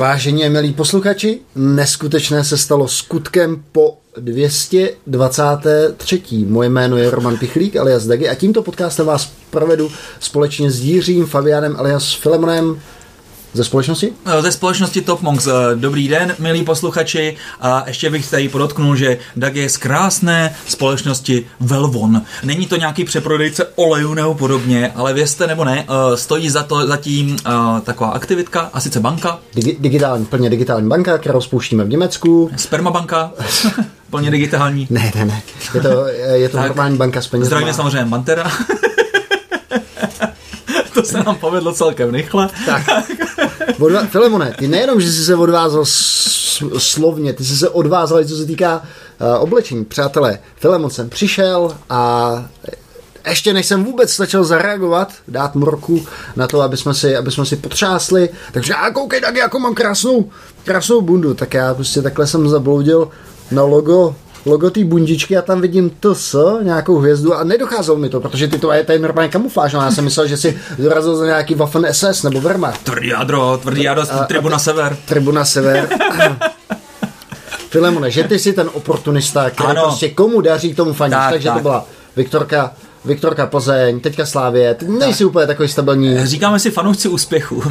Vážení a milí posluchači, neskutečné se stalo skutkem po 223. Moje jméno je Roman Pichlík alias Dagi a tímto podcastem vás provedu společně s Jiřím Fabiánem alias Filemonem ze společnosti? Ze společnosti Top Monks. Dobrý den, milí posluchači. A ještě bych tady podotknul, že Dagi je z krásné společnosti Velvon. Není to nějaký přeprodejce olejů nebo podobně, ale věřte nebo ne, stojí za tím taková aktivitka, a sice banka. Plně digitální banka, kterou spouštíme v Německu. Spermabanka. Plně digitální. Ne. Je to normální banka s penězma. Zdravíme samozřejmě Mantera. To se nám povedlo celkem rychle. Tak. Filemone, ty nejenom, že jsi se odvázal slovně, ty jsi se odvázal, co se týká oblečení. Přátelé, Filemon jsem přišel a ještě než jsem vůbec začal zareagovat, dát morku na to, aby jsme si potřásli, takže koukej, tak jako mám krásnou bundu, tak já prostě takhle jsem zabloudil na logo té bundičky a tam vidím TS, nějakou hvězdu a nedocházelo mi to, protože to je normálně kamufláž, no já jsem myslel, že si dorazil za nějaký Waffen SS nebo Wehrmacht. Tvrdý jádro, Tribuna Sever. Tribuna Sever. Filemone, že ty jsi ten oportunista, který prostě komu daří, tomu fandíš, takže to byla Viktorka Plzeň, teďka Slávě, ty nejsi úplně takový stabilní. Říkáme si fanoušci úspěchu.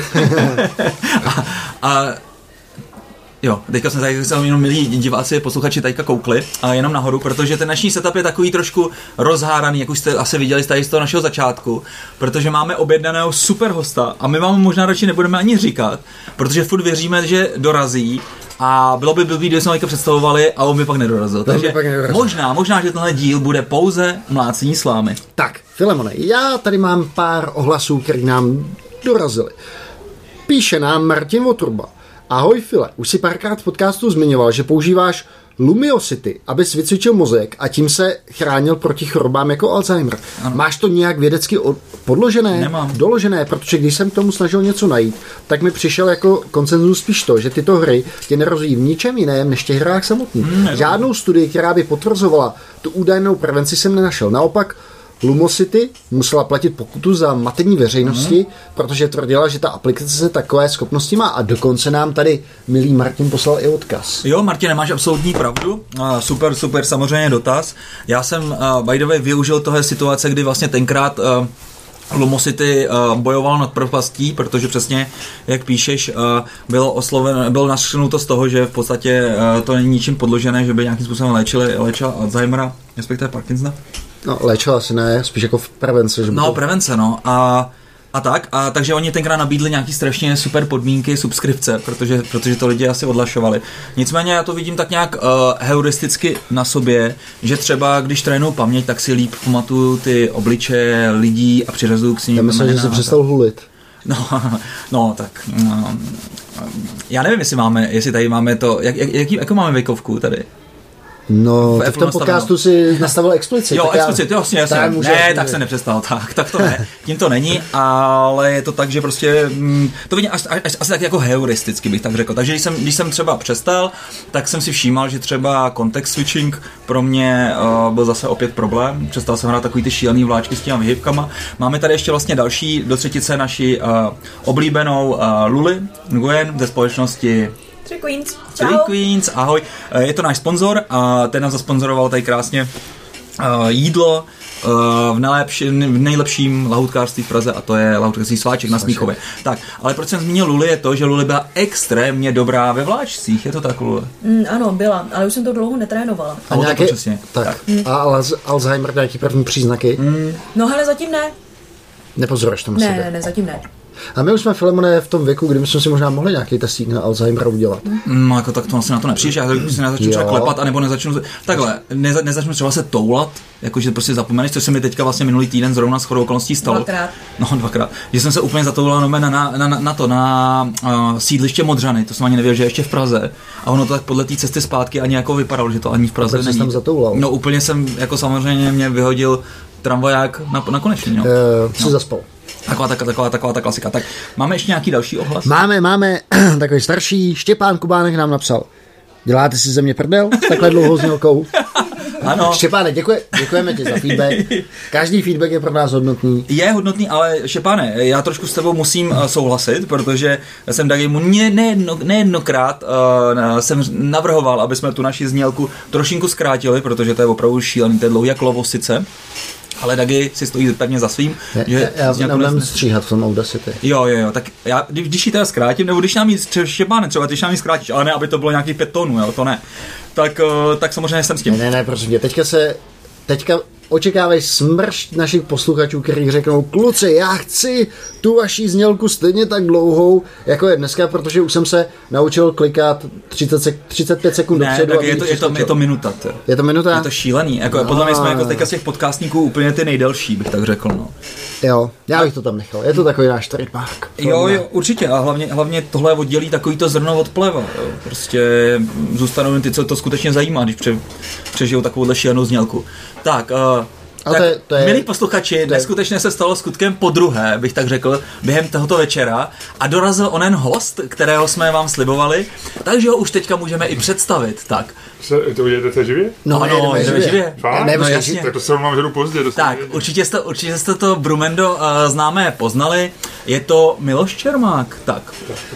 Jo, teďka jsme tady jenom milí diváci, posluchači teďka koukli a jenom nahoru, protože ten dnešní setup je takový trošku rozháraný, jak už jste asi viděli tady z toho našeho začátku, protože máme objednaného super hosta a my vám možná radši nebudeme ani říkat, protože furt věříme, že dorazí a bylo by blbý, kdyby jsme teďka představovali a on by pak nedorazil. Takže možná, že tenhle díl bude pouze mlácení slámy. Tak, Filemone, já tady mám pár ohlasů, které nám dorazily. Píše nám Martin Voturba. Ahoj File, už si párkrát v podcastu zmiňoval, že používáš Lumiosity, abys vycvičil mozek a tím se chránil proti chorobám jako Alzheimer. Ano. Máš to nějak vědecky podložené? Nemám. Doložené, protože když jsem k tomu snažil něco najít, tak mi přišel jako konsenzus spíš to, že tyto hry tě nerozvíjí v ničem jiném než těch hrách samotných. Žádnou studii, která by potvrzovala tu údajnou prevenci, jsem nenašel. Naopak Lumosity musela platit pokutu za matení veřejnosti, protože tvrdila, že ta aplikace takové schopnosti má a dokonce nám tady milý Martin poslal i odkaz. Jo, Martin, máš absolutní pravdu. Super, samozřejmě dotaz. Já jsem by the way využil tohle situace, kdy vlastně tenkrát Lumosity bojoval nad propastí, protože přesně, jak píšeš, bylo našnuto z toho, že v podstatě to není ničím podložené, že by nějakým způsobem léčila Alzheimera, respektive Parkinsona. No, léčila asi ne, spíš jako v prevence. Že prevence, takže oni tenkrát nabídli nějaký strašně super podmínky, subskripce, protože to lidi asi odlašovali. Nicméně já to vidím tak nějak heuristicky na sobě, že třeba když trénuju paměť, tak si líp pamatuju ty obličeje lidí a přiřazuju k ním. Já myslím, že jsi přestal hulit. Já nevím, jestli tady máme to, jakou máme věkovku tady? No, v tom podcastu si nastavil explicit. Jo, explicit, jasně. Tak se nepřestal, tak to ne. Tím to není, ale je to tak, že prostě to vidím asi tak jako heuristicky bych tak řekl. Takže když jsem třeba přestal, tak jsem si všímal, že třeba context switching pro mě byl zase opět problém. Přestal jsem hrát takový ty šílený vláčky s těma vyhybkama. Máme tady ještě vlastně další do třetice naši oblíbenou Luli Nguyen ze společnosti Three Queens, ahoj. Je to náš sponzor a ten nás zasponzoroval tady krásně jídlo v nejlepším lahůdkářství v Praze a to je lahůdkářství Sváček na Smíchově. Tak, ale proč jsem zmínil Luli je to, že Luli byla extrémně dobrá ve vláčcích, je to tak, Luli? Ano, byla, ale už jsem to dlouho netrénovala. A nějaké, přesně. Tak. A Alzheimer, nějaký první příznaky? No hele, zatím ne. Nepozoruješ tomu sebe? Ne, zatím ne. A my už jsme, Filemone, v tom věku, kdy jsme si možná mohli nějaký testík na Alzheimera udělat. No jako tak to asi na to nepřijde, já si nezačnu třeba klepat, anebo nezačnu nezačnu třeba se toulat, jakože prostě zapomeneš, což se mi teďka vlastně minulý týden zrovna shodou okolností stalo. Dvakrát. Že jsem se úplně zatoulal na sídliště Modřany, to jsem ani nevěděl, že je ještě v Praze. A ono to tak podle té cesty zpátky ani jako vypadalo, že to ani v Praze není. Proč jsi tam zatoulal? No úplně jsem, jako samozřejmě mě vyhodil tramvaják na konečný. Jsi zaspal. Taková ta klasika. Tak máme ještě nějaký další ohlas? Máme takový starší. Štěpán Kubánek nám napsal: děláte si ze mě prdel s takhle dlouhou znělkou? Ano. Štěpáne, děkujeme ti za feedback. Každý feedback je pro nás hodnotný. Je hodnotný, ale Štěpáne, já trošku s tebou musím souhlasit, protože jsem Dagimu nejednokrát jsem navrhoval, aby jsme tu naši znělku trošinku zkrátili, protože to je opravdu šílený, to je dlouhý jak Lovosice. Ale Dagi si stojí pevně za svým. Já nebudem stříhat v tom Audacity. Jo, tak já, když ji teda zkrátím, nebo když nám jí Štěpáne, třeba když nám jí zkrátíš, ale ne, aby to bylo nějakých 5 tónů, jo, to ne. Tak samozřejmě jsem s tím. Ne, prosím tě, teďka očekávají smršť našich posluchačů, kteří řeknou, kluci, já chci tu vaši znělku stejně tak dlouhou, jako je dneska, protože už jsem se naučil klikat 35 sekund dopředu. Ne, je to minuta. Je to minuta? Je to šílený. Jako, podle mě jsme jako teďka z těch podcastníků úplně ty nejdelší, bych tak řekl. No. Jo, já bych to tam nechal. Je to takový náš trademark. Jo, určitě. A hlavně tohle oddělí takový to zrno od pleva. Jo. Prostě zůstanou ty, co to skutečně zajímá, když přežijou takovouhle šílenou znělku. Tak, milí posluchači, neskutečně se stalo skutkem podruhé, bych tak řekl, během tohoto večera a dorazil onen host, kterého jsme vám slibovali, takže ho už teďka můžeme i představit. Tak. To jedete živě? No, jdeme živě. No, jasně. Tak to se mám ženu pozdě. Tak, určitě jste to Brumendo známé poznali. Je to Miloš Čermák. Tak.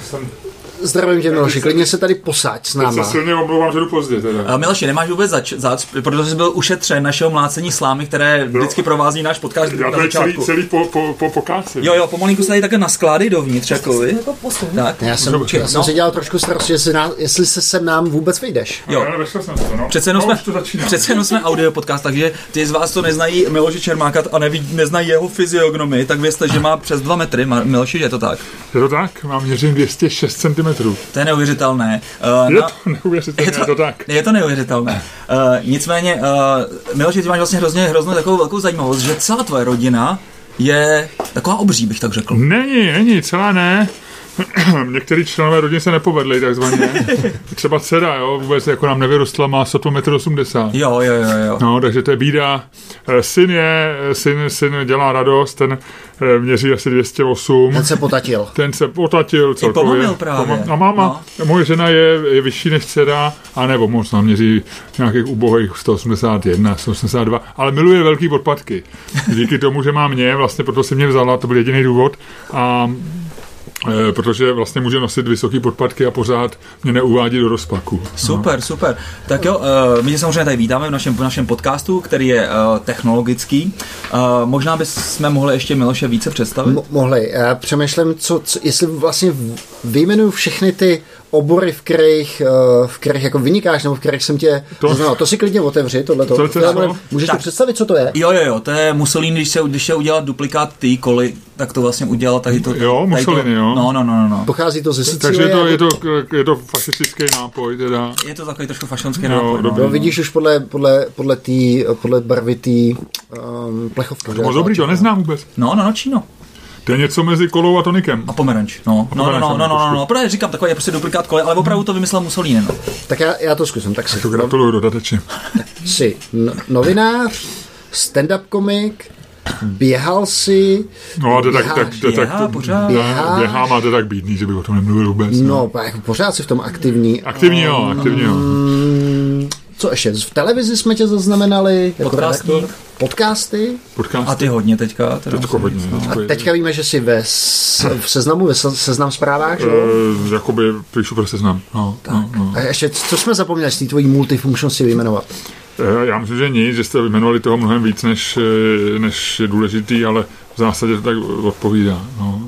Zdravím tě, Miloši, klidně se tady posaď s náma. Já se silně omlouvám, že jdu pozdě teda. Miloši, nemáš vůbec zač, protože jsi byl ušetřen našeho mlácení slámy, které vždycky provází náš podcast na začátku. Já celý po káci. Jo, pomalinku se tady také naskládej dovnitř, jako vy. Tak. Já jsem si dělal trošku starost, jestli se sem nám vůbec vejdeš. Jo, přece jenom jsme audio podcast, takže ty z vás, co neznají Miloše Čermáka a neznají jeho fyziognomii, tak vězte, že má přes 2 metry. Miloši, je to tak? Je to tak, mám měřím 206 cm. To je neuvěřitelné. Je to neuvěřitelné, je to tak. Je to neuvěřitelné. Nicméně, Miloši, ty máš vlastně hroznou takovou velkou zajímavost, že celá tvoje rodina je taková obří, bych tak řekl. Není, celá ne. Některý členové rodiny se nepovedli, takzvaně. Třeba dcera, jo, vůbec jako nám nevyrostla, má sotva 1,80 m. Jo. No, takže to je bída. Syn dělá radost, ten měří asi 208. Ten se potatil celkově. I pomamil právě. A máma, moje žena je vyšší než dcera, a nebo možná měří nějakých ubohých 181, 182, ale miluje velký podpatky. Díky tomu, že má mě, vlastně proto si mě vzala, to byl jediný důvod. A protože vlastně může nosit vysoký podpatky a pořád mě neuvádí do rozpaku. Super. Tak jo, my tě samozřejmě tady vítáme v našem podcastu, který je technologický. Možná bychom mohli ještě Miloše více představit? Mohli. Já přemýšlím, jestli vlastně vyjmenuju všechny ty obory, v kterých jako vynikáš, nebo v kterých jsem tě zaznal. To si klidně otevři, tohleto. Můžeš to představit, co to je? Jo, to je Mussolini, když se udělal duplikát té koly, tak to vlastně udělal tady to. Jo, Mussolini, jo. No. Pochází to ze Sicílie. Takže je to fašistický nápoj, teda. Je to takový trošku fašistický nápoj. No, vidíš už podle barvy té plechovky. To moc dobrý, to neznám vůbec. No, čino. To je něco mezi kolou a tonikem. A pomeranč. No. Protože říkám, takový je prostě duplikát kole, ale opravdu to vymyslel Mussolini. No. Tak já to zkusím, tak si. To gratuluju dodatečně. Jsi novinář, stand-up komik, běhal si. No, běhám a to tak bídný, že bych o tom nemluvil vůbec. No, jako pořád si v tom aktivní. Aktivní, jo. Co ještě? V televizi jsme tě zaznamenali. Podcasty. A ty hodně teďka. Hodně. A teďka víme, že jsi v Seznamu, ve Seznam zprávách, že jo? Jakoby píšu pro Seznam. No. A ještě, co jsme zapomněli z té tvojí multifunkčnosti vyjmenovat? Já myslím, že nic, že jste vyjmenovali toho mnohem víc, než je důležitý, ale v zásadě to tak odpovídá. No.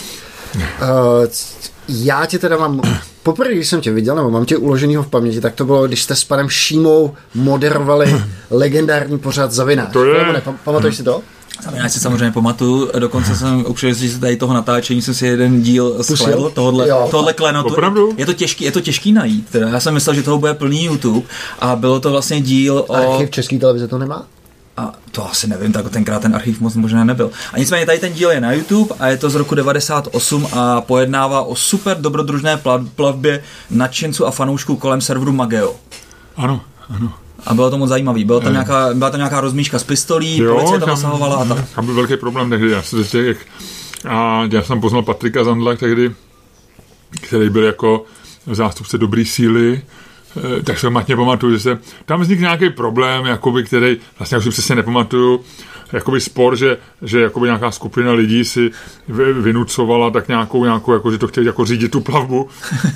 Já tě teda mám... Poprvé, když jsem tě viděl, nebo mám tě uloženýho v paměti, tak to bylo, když jste s panem Šímou moderovali legendární pořad Zavinář. Pamatuješ si to? Zavinář si samozřejmě pamatuju, dokonce jsem u příležitosti tady toho natáčení jsem si jeden díl shlédl, tohle klenotu. Je to těžký najít. Teda. Já jsem myslel, že toho bude plný YouTube a bylo to vlastně díl o... Archiv České televize to nemá? A to asi nevím, tak tenkrát ten archiv moc možná nebyl. A nicméně tady ten díl je na YouTube a je to z roku 98 a pojednává o super dobrodružné plavbě nadšenců a fanoušků kolem serveru Mageo. Ano. A bylo to moc zajímavý. Byla tam nějaká rozmíška s pistolí, policie tam zasahovala a tak. Tam byl velký problém tehdy. Já jsem poznal Patrika Zandla tehdy, který byl jako zástupce dobrý síly, tak se matně pamatuju, že se tam vznikl nějaký problém, jakoby, který vlastně už si přesně nepamatuju, jakoby spor, že jakoby nějaká skupina lidí si vynucovala tak nějakou jako, že to chtěli jako řídit tu plavbu.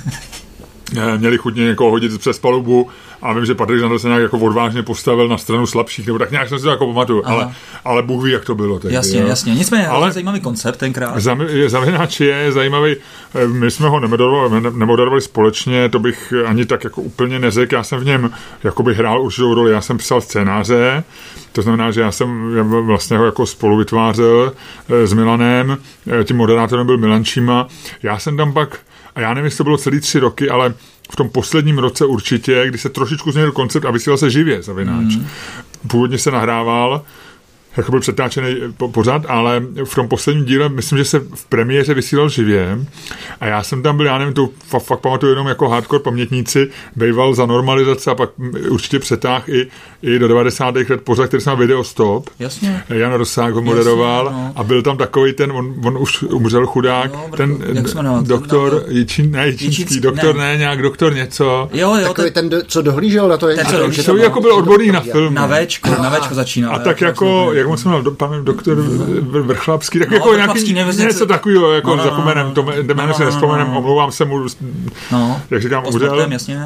Měli chutně někoho hodit přes palubu a vím, že Patrik Žandl se nějak jako odvážně postavil na stranu slabších, nebo tak nějak jsem si to jako pamatuju, ale Bůh ví, jak to bylo. Tehdy, jasně. Nicméně, ale zajímavý koncept tenkrát. Zavináč je zajímavý, my jsme ho nemoderovali společně, to bych ani tak jako úplně neřekl, já jsem v něm jakoby hrál určitou roli, já jsem psal scénáře, to znamená, že já jsem vlastně ho jako spolu vytvářel s Milanem, tím moderátorem byl Milan Číma, já jsem tam pak, a já nevím, jestli to bylo celý 3 roky, ale v tom posledním roce určitě, kdy se trošičku změnil koncept a vysílal se živě Zavináč. Původně se nahrával, jako byl přetáčený pořád, ale v tom posledním díle, myslím, že se v premiéře vysílal živě a já jsem tam byl, já nevím, to fakt pamatuju jenom jako hardcore pamětníci, bejval za normalizace a pak určitě přetáhl i do 90. let pořad, který jsem měl Videostop. Jasně. Jan Rosák ho moderoval a byl tam takový ten, on už umřel chudák, ten doktor Jičínský, nějak doktor něco. Jo, takový ten, co dohlížel na to. To jako byl odborný na film. Na Véčko začínal. A tak jako jak se jmenal, doktor Vrchlapský, tak jako nějaký něco takového, jako zapomenem, to jméno si nevzpomenem, omlouvám se mu, jak říkám, umřel.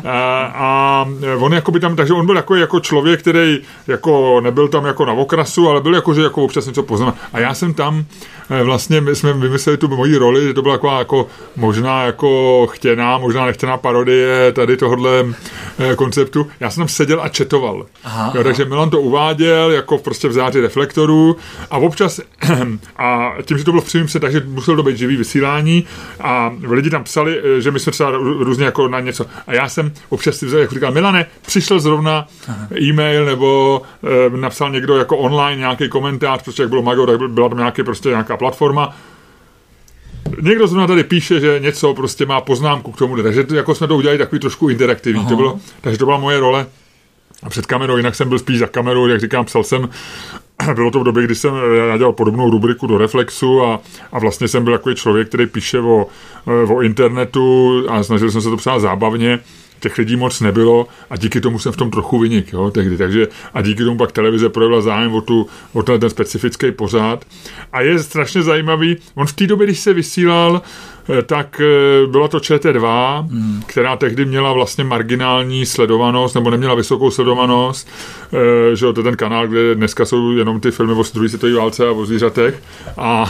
A on jako by tam, takže on byl jako člověk, který jako nebyl tam jako na okrasu, ale byl jako, že jako občas něco poznal. A já jsem tam vlastně, my jsme vymysleli tu moji roli, že to byla taková jako možná jako chtěná, možná nechtěná parodie tady tohodle konceptu. Já jsem tam seděl a četoval. Takže Milan to uváděl jako prostě v záři reflektorů a občas a tím, že to bylo v přímém takže muselo to být živý vysílání a lidi tam psali, že my jsme třeba různě jako na něco a já jsem občas si vzal, jako říkal, Milane, přišel zrovna e-mail nebo napsal někdo jako online nějaký komentář, prostě jak bylo Mago, tak byla tam nějaká platforma. Někdo zrovna tady píše, že něco prostě má poznámku k tomu, takže jako jsme to udělali takový trošku interaktivní. Takže to byla moje role a před kamerou, jinak jsem byl spíš za kamerou, jak říkám, psal jsem, bylo to v době, kdy jsem dělal podobnou rubriku do Reflexu a vlastně jsem byl takový člověk, který píše o internetu a snažil jsem se to psát zábavně. Těch lidí moc nebylo a díky tomu jsem v tom trochu vynik, tehdy. Takže a díky tomu pak televize projevila zájem o ten specifický pořad. A je strašně zajímavý, on v té době, když se vysílal, tak byla to ČT2, která tehdy měla vlastně marginální sledovanost, nebo neměla vysokou sledovanost, že to je ten kanál, kde dneska jsou jenom ty filmy o druhé světové válce a o zvířatech. A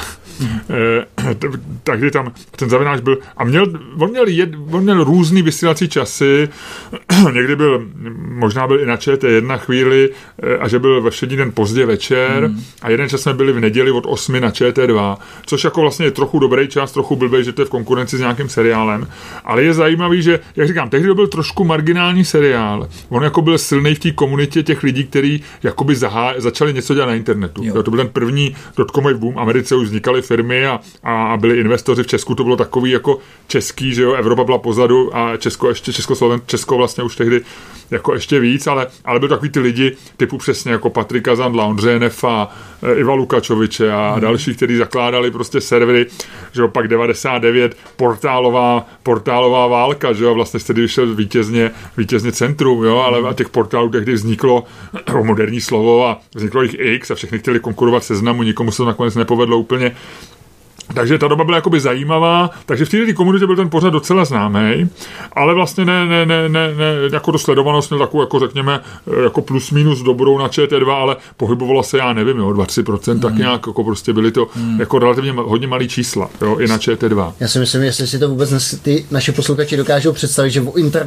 takže tam ten Zavináč byl a on měl různý vysílací časy, někdy možná byl i na ČT1 chvíli a že byl ve všední den pozdě večer a jeden čas jsme byli v neděli od 8 na ČT2, což jako vlastně je trochu dobrý čas, trochu blbej, že to je v konkurenci s nějakým seriálem, ale je zajímavý, že, jak říkám, tehdy to byl trošku marginální seriál, on jako byl silnej v té komunitě těch lidí, kteří jakoby začali něco dělat na internetu. To byl ten první dotcomový boom, Americe už vznikaly firmy a byli investoři v Česku, to bylo takový jako český, že jo, Evropa byla pozadu a Česko vlastně už tehdy jako ještě víc, ale byl takový ty lidi typu přesně jako Patrika Zandla, Ondřeje Nefa, Iva Lukačoviče a další, kteří zakládali prostě servery, že jo, pak 99 portálová válka, že jo, vlastně tehdy vyšel vítězně Centrum, jo, ale a těch portálů tehdy vzniklo moderní slovo a vzniklo jich X a všechny chtěli konkurovat Seznamu, nikomu se to nakonec nepovedlo úplně. Takže ta doba byla jakoby zajímavá, takže v této komunitě byl ten pořad docela známý, ale vlastně ne jako to sledovanost měl takovou, jako řekněme, jako plus minus dobrou na ČT2, ale pohybovalo se, já nevím, 2-3%, tak nějak, jako prostě byly to jako relativně hodně malý čísla, jo, i na ČT2. Já si myslím, jestli si to vůbec ty naše posluchači dokážou představit, že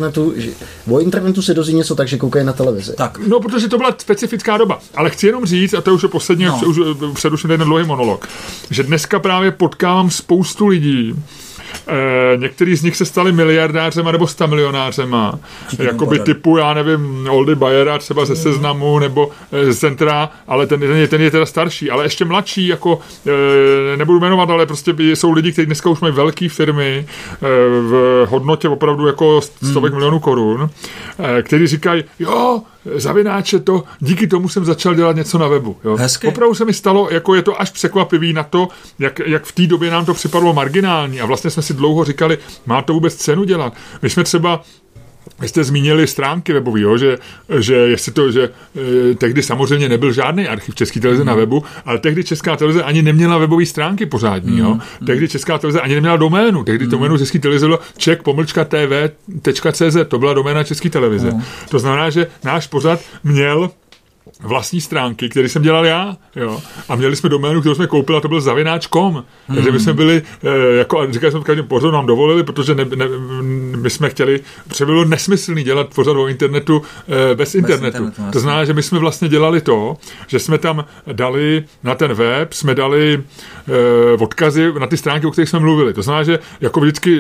o internetu se dozví něco tak, že koukají na televizi. Tak. No, protože to byla specifická doba, ale chci jenom říct, a to už je poslední, už předuším jeden dlouhý monolog, že dneska právě potkávám spoustu lidí. Některý z nich se stali miliardářema nebo 100 milionářema. Jakoby typu, já nevím, Oldy Bayera třeba ze Seznamu nebo z Centra, ale ten je teda starší, ale ještě mladší, jako nebudu jmenovat, ale prostě jsou lidi, kteří dneska už mají velké firmy v hodnotě opravdu jako stovek milionů korun, kteří říkají, jo, Zavináče to, díky tomu jsem začal dělat něco na webu. Jo. Opravdu se mi stalo, jako je to až překvapivý na to, jak v té době nám to připadlo marginální a vlastně jsme si dlouho říkali, má to vůbec cenu dělat. My jsme třeba Vy jste zmínili stránky webový, jo, že jestli to, že tehdy samozřejmě nebyl žádný archiv České televize na webu, ale tehdy Česká televize ani neměla webové stránky pořádný, jo. Tehdy Česká televize ani neměla doménu. Tehdy doménu České televize bylo czech.tv.cz, to byla doména České televize. To znamená, že náš pořad měl vlastní stránky, které jsem dělal já, jo. A měli jsme doménu, kterou jsme koupili, a to byl @zavináč.com. Takže my jsme byli, jako říkali jsme v každém pořadu, nám dovolili, protože my jsme chtěli, protože bylo nesmyslný dělat pořad o internetu bez internetu. To znamená, že my jsme vlastně dělali to, že jsme tam dali na ten web, jsme dali odkazy na ty stránky, o kterých jsme mluvili. To znamená, že jako vždycky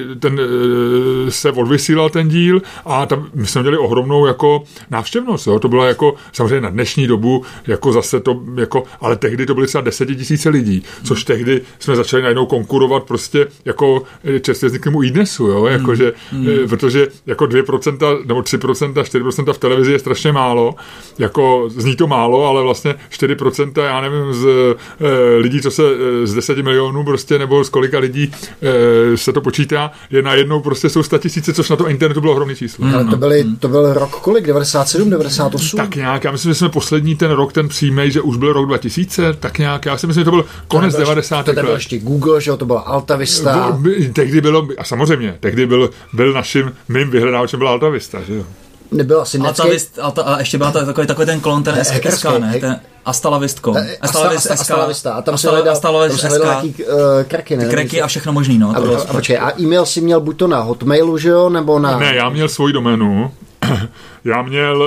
se odvysílal ten díl a tam my jsme měli ohromnou jako návštěvnost, jo. To bylo jako samozřejmě na dnešní dobu, jako zase to, jako, ale tehdy to byly třeba 10 000 lidí, což tehdy jsme začali najednou konkurovat prostě jako čerstvě vzniklému iDnesu, jo, jakože, protože jako 2% nebo 3%, 4% v televizi je strašně málo, jako zní to málo, ale vlastně 4%, já nevím, z lidí, co se z 10 milionů prostě, nebo z kolika lidí se to počítá, je najednou prostě jsou 100 000, což na to internetu bylo ohromný číslo. Ale to byl rok kolik? 97, 98? Tak nějak, já myslím, že jsme poslední ten rok, ten přímej, že už byl rok 2000, tak nějak, já si myslím, že to byl konec 90. let. To byl ještě Google, že jo, to byla Alta Vista. Tehdy bylo, a samozřejmě, tehdy byl mým vyhledávačem byla Alta Vista, že jo. Nebyl asi Netscape. A ještě byl takový ten klon, ten SK, ne? Ten Astalavistko. Astalavista. A tam se hledal nějaký kraky, ne? Kraky a všechno možný, no. A počkej, a e-mail si měl buď to na Hotmailu, že jo, nebo na... Ne, já měl svoji doménu. Já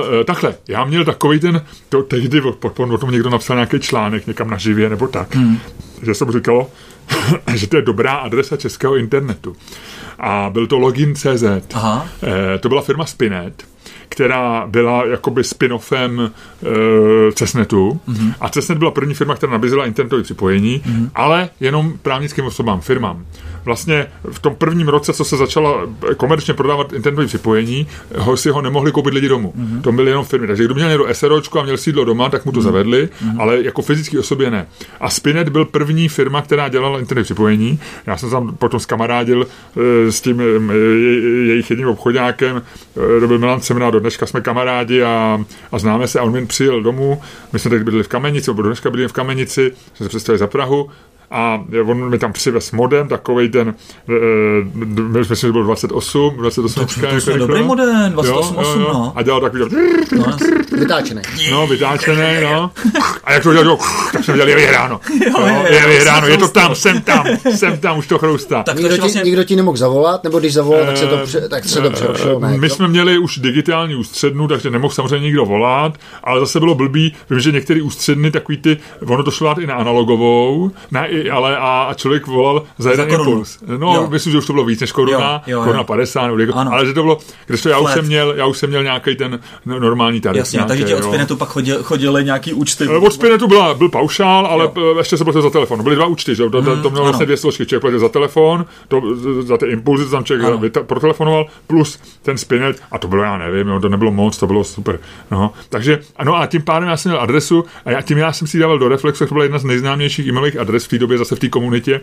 měl takový ten, tehdy o tom někdo napsal nějaký článek někam na Živě nebo tak, že se mu říkalo, že to je dobrá adresa českého internetu. A byl to login.cz. To byla firma Spinet, která byla jakoby spin-offem Cessnetu. A Cessnet byla první firma, která nabízela internetové připojení, ale jenom právnickým osobám, firmám. Vlastně v tom prvním roce, co se začala komerčně prodávat internetové připojení, si ho nemohli koupit lidi domů. To byly jenom firmy. Takže kdo měl někdo SROčko a měl sídlo doma, tak mu to zavedli, ale jako fyzické osobě ne. A Spinet byl první firma, která dělala internetové připojení. Já jsem tam potom skamarádil s tím jejich jedním obchodňákem, to byl Milan Semena, do dneška jsme kamarádi a známe se, a on mi přijel domů, my jsme teď byli v Kamenici, do dneška byli v Kamenici, jsme se představili za Prahu, a on mi tam přivez modem, takovej ten, myslím, že byl 28. To je dobrý modem, 28, no. A dělal takový, vytáčený. No, vytáčený, no. A jak to dělal, tak jsme dělali je vyhráno. Je to tam, jsem tam, už to chroustá. Nikdo ti nemohl zavolat, nebo když zavolal, tak se to přerušilo. My jsme měli už digitální ústřednu, takže nemohl samozřejmě nikdo volat, ale zase bylo blbý, vím, že některé ústředny, takový ty, ono to šlo i na analogovou, ale člověk volal za jeden impuls. No, myslím, že už to bylo víc než koruna 50, ale že to bylo, když to já už jsem měl nějaký ten normální tarif. Jasně, takže ti od Spinetu pak chodili nějaký účty. Od Spinetu byl paušál, ale ještě se platil za telefon. Byly 2 účty, že? To mělo vlastně 2 složky. Člověk platil za telefon, za ty impulzy, tam člověk protelefonoval, plus ten Spinet, a to bylo, já nevím, to nebylo moc, to bylo super. No, takže, a tím pádem já jsem měl adresu a já jsem si dával do Reflexu, to byla jedna z nejznámějších e-mailových adres v té době zase v té komunitě,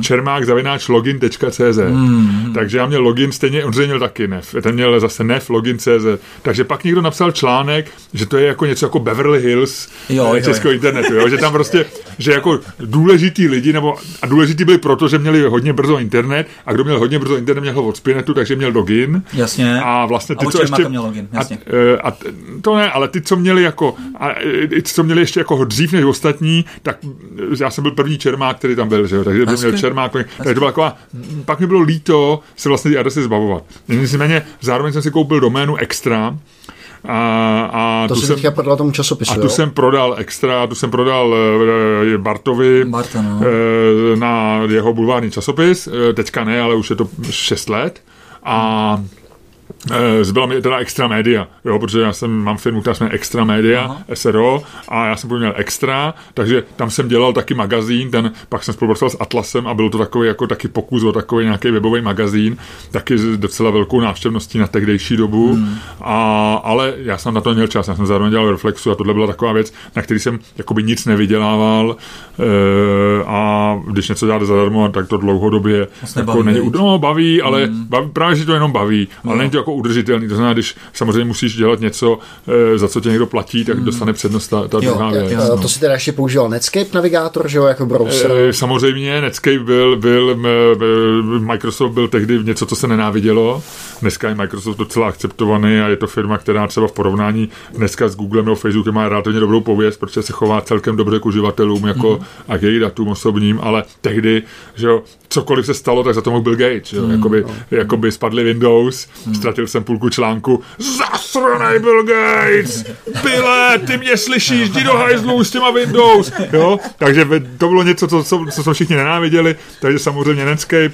čermák@login.cz. Takže já měl login, stejně on měl taky nef. Ten měl zase nef login.cz. Takže pak někdo napsal článek, že to je jako něco jako Beverly Hills českého internetu, jo? Že tam prostě, že jako důležitý lidi, a důležitý byli proto, že měli hodně brzo internet, a kdo měl hodně brzo internet, měl ho od Spinetu, takže měl login. Jasně. A vlastně ty, co ještě měl login, jasně. A to ne, ale ty, co měli jako co měli ještě jako dřív než ostatní, tak já jsem byl první Čermák, který tam byl, že jo, takže byl měl Čermák, takže to byla taková, pak mi bylo líto se vlastně ty adresy zbavovat. Nicméně zároveň jsem si koupil doménu Extra, a to jsem teďka prodal tomu časopisu. A tu jsem prodal Extra, tu jsem prodal Bartovi na jeho bulvární časopis, teďka ne, ale už je to 6 let, a zbyla mi teda Extra Media, jo, protože já mám firmu, která se jmenuje Extra Media, SRO, a já jsem měl Extra, takže tam jsem dělal taky magazín, pak jsem spolupracoval s Atlasem a byl to takový jako taky pokus o takový nějaký webový magazín, taky s docela velkou návštěvností na tehdejší dobu, ale já jsem na to neměl čas, já jsem zároveň dělal Reflexu a tohle byla taková věc, na který jsem jakoby nic nevydělával, a když něco děláte zadarmo, tak to dlouhodobě jako není, baví, ale právě, že to jenom baví, ale není to jako udržitelný. To znamená, když samozřejmě musíš dělat něco, za co tě někdo platí, tak dostane přednost ta druhá věc. To si teda ještě používal Netscape navigátor, že jo, jako browser? Samozřejmě, Netscape Microsoft byl tehdy něco, co se nenávidělo. Dneska je Microsoft docela akceptovaný a je to firma, která třeba v porovnání dneska s Googlem nebo Facebookem má relativně dobrou pověst, protože se chová celkem dobře k uživatelům jako a k její datům osobním, ale tehdy, že jo, cokoliv se stalo, tak za to mohl Bill Gates, že jo, jakoby spadly Windows, ztratil jsem půlku článku, zasranej Bill Gates, Bille, ty mě slyšíš, jdi do hajzlu s těma Windows, jo, takže to bylo něco, co jsme všichni nenáviděli, takže samozřejmě Netscape,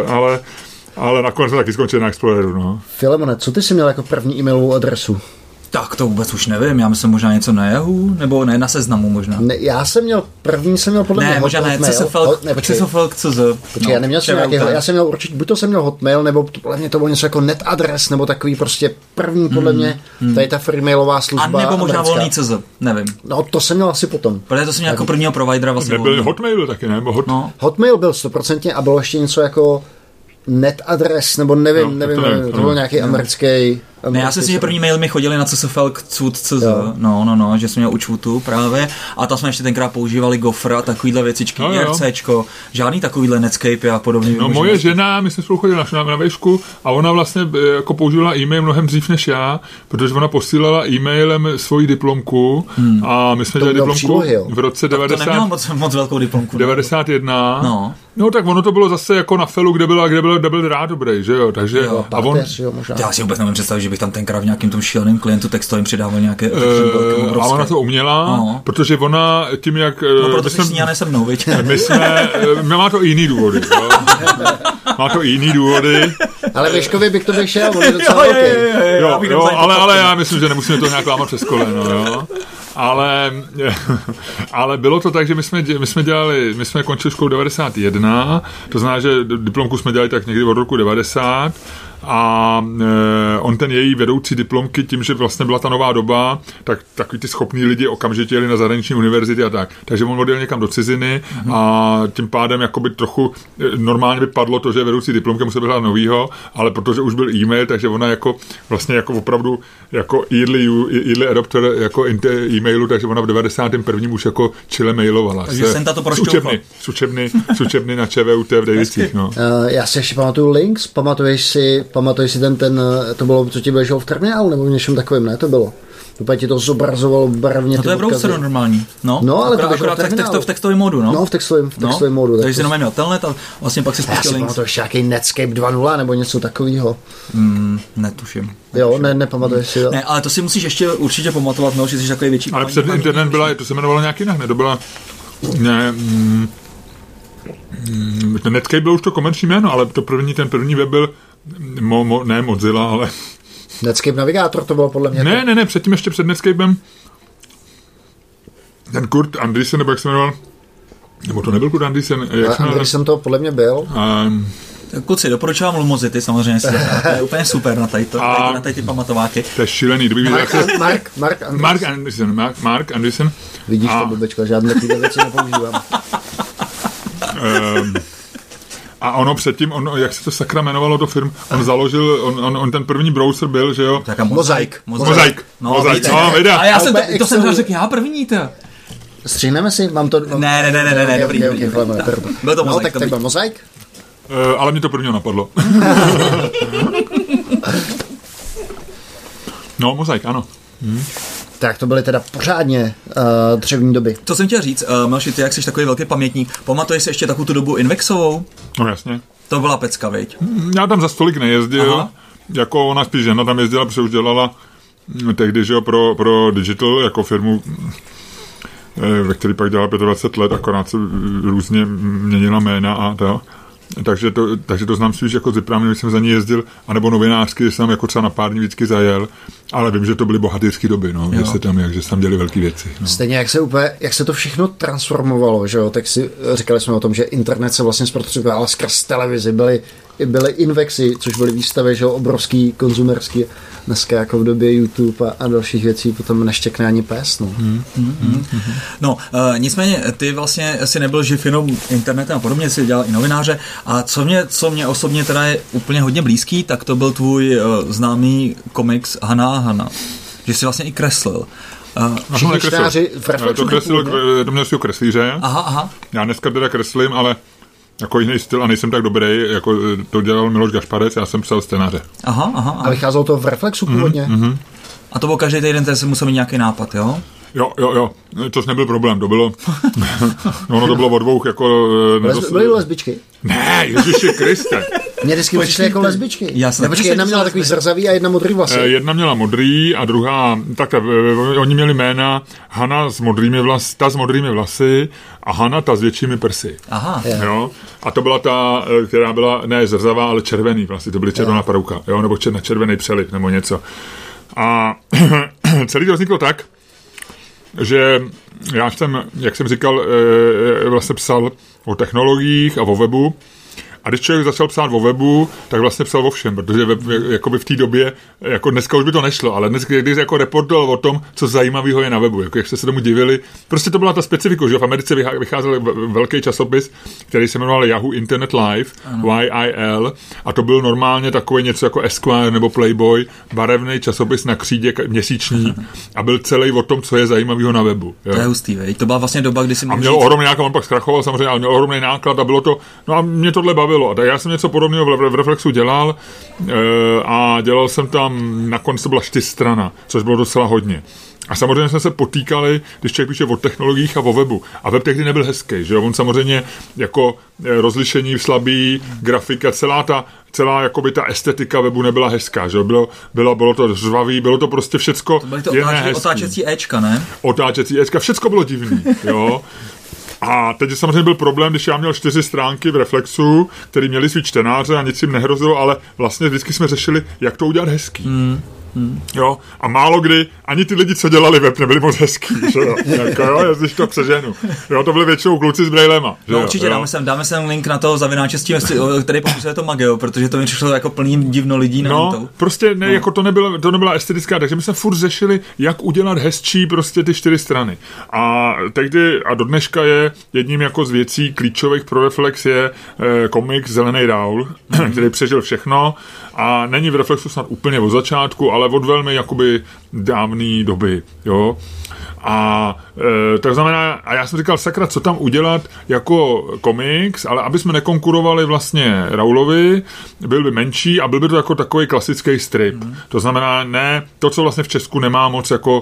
ale nakonec jsme taky skončili na Exploreru, no. Filemone, co ty jsi měl jako první e-mailovou adresu? Tak to vůbec už nevím, já myslím možná něco na Yahoo, nebo ne, na Seznamu možná. Ne, první jsem měl podle mě možná CSFL.cz. Počkej, já neměl jsem nějakého, já jsem měl určitě, buď to jsem měl Hotmail, nebo podle mě to bylo něco jako netadres, nebo takový prostě první podle mě, tady ta freemailová služba. A nebo možná volný CZ, nevím. No to jsem měl asi potom. Protože to jsem měl jako prvního providera vlastně. Nebyl Hotmail taky, nebo Hotmail byl 100% a bylo ještě něco jako netadres, nebo nevím, to byl nějaký americký. Ne, já si myslím, že první mail mi chodili na CSFL.cz, no, že jsem měl u Čvutu právě a tam jsme ještě tenkrát používali Gopher a takovýhle věcičky, IRCčko, žádný takovýhle Netscape a podobně. No moje žena, my jsme spolu chodili na vejšku a ona vlastně jako používala e-mail mnohem dřív než já, protože ona posílala e-mailem svoji diplomku a my jsme dělali diplomku v roce 90. To nemělo moc velkou diplomku. 91. No tak ono to bylo zase jako na Felu, kde byl rád dobrý, že jo, takže a on... Já si vůbec nevím představit, že bych tam tenkrát v nějakým tom šíleným klientu textovým přidával nějaké a ona to uměla, protože ona tím, jak... No proto jsi s ní a ne se mnou, viď? My má to i jiný důvody, jo. Má to i jiný důvody. Ale Věškovi bych to vyšel, on je docela jo, ale já myslím, že nemusíme to nějak lámat přes koleno, jo. Ale bylo to tak, že my jsme končili školu 91, to znamená, že diplomku jsme dělali tak někdy od roku 90 a on ten její vedoucí diplomky tím, že vlastně byla ta nová doba, tak takový ty schopní lidi okamžitě jeli na zahraniční univerzity a tak. Takže on odjel někam do ciziny a tím pádem jakoby trochu normálně by padlo to, že vedoucí diplomky musel být novýho, ale protože už byl e-mail, takže ona jako vlastně jako opravdu jako early adopter jako e-mailu, takže ona v 91. už jako čile mailovala. Takže jsem to prošťoufal. Z učebny na ČVUT v Davicích, no. Já si ještě pamatuju Links, pamatuješ si ten, to bylo, co ti běželo v terminálu, nebo v něčem takovým, ne, to bylo. Úplně ti to zobrazovalo barevně. No to je browser normální. No, ale akorát v textovém módu, no. No, v textovém módu. Takže si jenom měl telnet a vlastně pak si spustil Links. Já si pamatuju ještě nějaký Netscape 2.0 nebo něco takového. Netuším. Jo, nepamatuješ si to. Ne, ale to si musíš ještě určitě pamatovat, no, že jsi takový větší. Ale před internet byla, to se jmenovalo nějak jinak, ne? To byla... Netscape byl už to komerční jméno, ale ten první web byl ne Mozilla, ale... Netscape navigátor to bylo podle mě. Ne, předtím ještě před Netscapem ten Kurt Andreessen, nebo jak se jmenoval, nebo to nebyl Kurt Andreessen. Andreessen to podle mě byl. Kluci, doporučuji vám Lumosity, samozřejmě to je úplně super na tady ty pamatováky. To je šílený. Mark Andreessen. Vidíš to, blbečko, žádné tyhle věci nepoužívám. A ono předtím, jak se to sakra jmenovalo, to firm, on založil, on ten první browser byl, že jo? Mozaik. No, a já jsem to jsem řekl, já první to. Stříhneme si? Mám to... Ne, dobrý. Byl to Mozaik. Tak byl Mozaik? Ale mě to prvního napadlo. No, Mozaik, ano. Tak to byly teda pořádně dřevní doby. To jsem chtěl říct, Melši, ty jak jsi takový velký pamětník, pamatuješ si ještě takovou tu dobu Invexovou? No jasně. To byla pecka, viď? Já tam za stolik nejezdil, jako ona spíš žena tam jezdila, protože už dělala tehdy, že jo, pro Digital, jako firmu, ve který pak dělala 25 let, akorát se různě měnila jména a to. Takže to znám spíš jako ziprávně, když jsem za ní jezdil, anebo novinářsky, že jsem jako třeba na pár dní vždycky zajel, ale vím, že to byly bohatýrské doby, no, že se tam děli velké věci. No. Stejně jak se to všechno transformovalo, že jo, tak si říkali jsme o tom, že internet se vlastně zprostředkoval skrz televizi, byly byly Invexy, což byly výstavy, že obrovský konzumerský, dneska jako v době YouTube a dalších věcí potom neštěkne ani pes. No, nicméně ty vlastně si nebyl živ jenom internetem a podobně, si dělal i novináře a co mě osobně teda je úplně hodně blízký, tak to byl tvůj známý komiks Hana a Hana, že jsi vlastně i kreslil. Všichni čtenáři v Reflexu. To kreslil, to měl si ho kreslíře. Aha. Já dneska teda kreslím, ale jako jiný styl a nejsem tak dobrý, jako to dělal Miloš Gašparec, já jsem psal scénáře. Aha. A vycházelo to v Reflexu původně? A to byl každý týden, ten si musel mít nějaký nápad, jo? Jo, což nebyl problém, to bylo, to bylo od dvou, jako... Byly lesbičky? Ne, Ježiši Kriste. Mně vždycky přišly jako lesbičky. Jasně. Počkej, jedna měla takový zrzavý a jedna modrý vlasy. Jedna měla modrý a druhá, oni měli jména Hana s modrými vlasy, ta s modrými vlasy a Hana ta s většími prsy. Aha. Jo? A to byla ta, která byla ne zrzavá, ale červený vlastně, to byly červená peruka, jo? Nebo červený přeliv nebo něco. A celý to vzniklo tak, že já jsem, jak jsem říkal, vlastně psal o technologiích a o webu. A když člověk začal psát o webu, tak vlastně psal o všem, protože jakoby v té době, jako dneska už by to nešlo, ale dneska, když jako reportoval o tom, co zajímavého je na webu, jako jak jste se tomu divili, prostě to byla ta specifika, že v Americe vycházel velký časopis, který se jmenoval Yahoo Internet Live, YIL, a to byl normálně takový něco jako Esquire nebo Playboy, barevný časopis na křídě měsíční a byl celý o tom, co je zajímavého na webu. Jo. To je hustý, vej. To byla vlastně doba, kdy si a měl ohromný náklad, on pak zkrachoval samozřejmě, ale měl ohromný náklad a bylo to, no a mě tohle bavilo. A tak já jsem něco podobného v Reflexu dělal a dělal jsem tam, nakonec to byla 4 strana, což bylo docela hodně. A samozřejmě jsme se potýkali, když člověk píše o technologiích a o webu. A web tehdy nebyl hezký, že jo? On samozřejmě jako rozlišení slabý, grafika, celá jakoby ta estetika webu nebyla hezká, že jo? Bylo to řvavý, bylo to prostě všecko otáčecí Ečka, ne? Otáčecí Ečka, všecko bylo divný, jo? A teď samozřejmě byl problém, když já měl 4 stránky v Reflexu, který měli svý čtenáře a nic jim nehrozilo, ale vlastně vždycky jsme řešili, jak to udělat hezký. Jo? A málo kdy ani ty lidi, co dělali web, nebyli moc hezký, že jo? Jako, jo, jestli to přeženu. Jo, to byly většinou kluci s brejlema. No určitě, dáme sem link na to zavináče s tím, který popisuje to Mageo, protože to mi přišlo jako plný divno lidí na to. Prostě ne, jako to nebyla estetická, takže my jsme furt řešili, jak udělat hezčí prostě ty 4 strany. A tehdy a do dneška je jedním jako z věcí klíčových pro Reflex je komik Zelený Raul, který přežil všechno a není v Reflexu snad úplně od začátku, ale od velmi jakoby dávné doby, jo. A tak znamená, a já jsem říkal, sakra, co tam udělat jako komiks, ale aby jsme nekonkurovali vlastně Raulovi, byl by menší a byl by to jako takový klasický strip. To znamená, ne, to, co vlastně v Česku nemá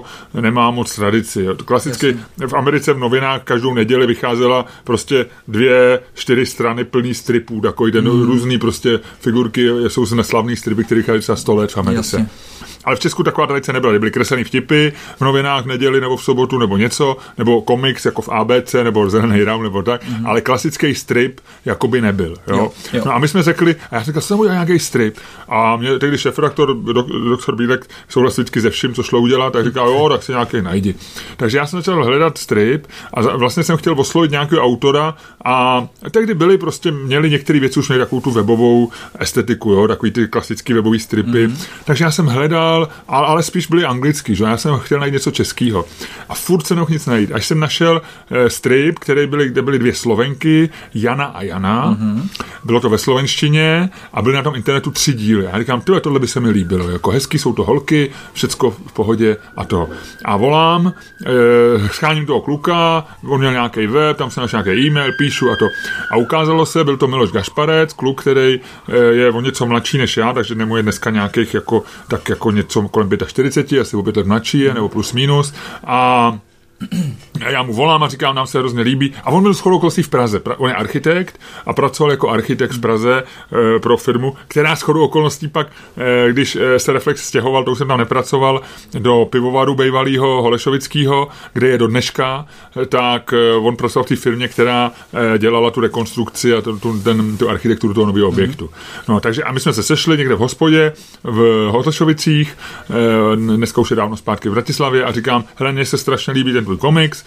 moc tradici. Jo. Klasicky v Americe v novinách každou neděli vycházela prostě 2-4 strany plný stripů, takový ten různý prostě figurky, jsou neslavný stripy, které vychází třeba 100 let v Americe. Jasně. Ale v Česku taková tradice nebyla. Byly kreslený vtipy v novinách v neděli nebo v sobotu nebo něco, nebo komiks jako v ABC nebo Zelený Raul nebo tak, ale klasický strip jakoby nebyl. Jo? No a my jsme řekli, a já jsem říkal, jsem udělal nějaký strip. A mě tehdy šéfredaktor doktor Bílek souhlasil vždycky ze vším, co šlo udělat, tak říkal, jo, tak si nějaký najdi. Takže já jsem začal hledat strip a vlastně jsem chtěl oslovit nějakého autora a tehdy měli některé věci už měli takovou tu webovou estetiku, jo, takový ty klasický webový stripy. Takže já jsem hledal, ale spíš byly anglicky, že? Já jsem chtěl najít něco českého. A furt se nemohl nic najít. Až jsem našel strip, kde byly 2 Slovenky, Jana a Jana. Bylo to ve slovenštině a byly na tom internetu 3 díly. Já říkám, tohle by se mi líbilo. Jako hezký jsou to holky, všecko v pohodě a to. A volám, scháním toho kluka, on měl nějaký web, tam jsem našel nějaký e-mail, píšu a to. A ukázalo se, byl to Miloš Gašparec, kluk, který je o něco mladší než já, takže nemůže dneska nějakých jako něco kolem 45, asi o 5 let mladší je, nebo plus minus. A já mu volám a říkám, nám se hrozně líbí. A on byl shodou okolností v Praze. On je architekt a pracoval jako architekt v Praze pro firmu, která shodou okolností pak, když se Reflex stěhoval, to už jsem tam nepracoval, do pivovaru bývalýho Holešovického, kde je do dneška, tak on pracoval v té firmě, která dělala tu rekonstrukci a tu architekturu toho nového objektu. No, takže a my jsme se sešli někde v hospodě v Holešovicích, dneska už je dávno zpátky v Bratislavě a říkám, hele, mně se strašně líbí ten tvůj komiks,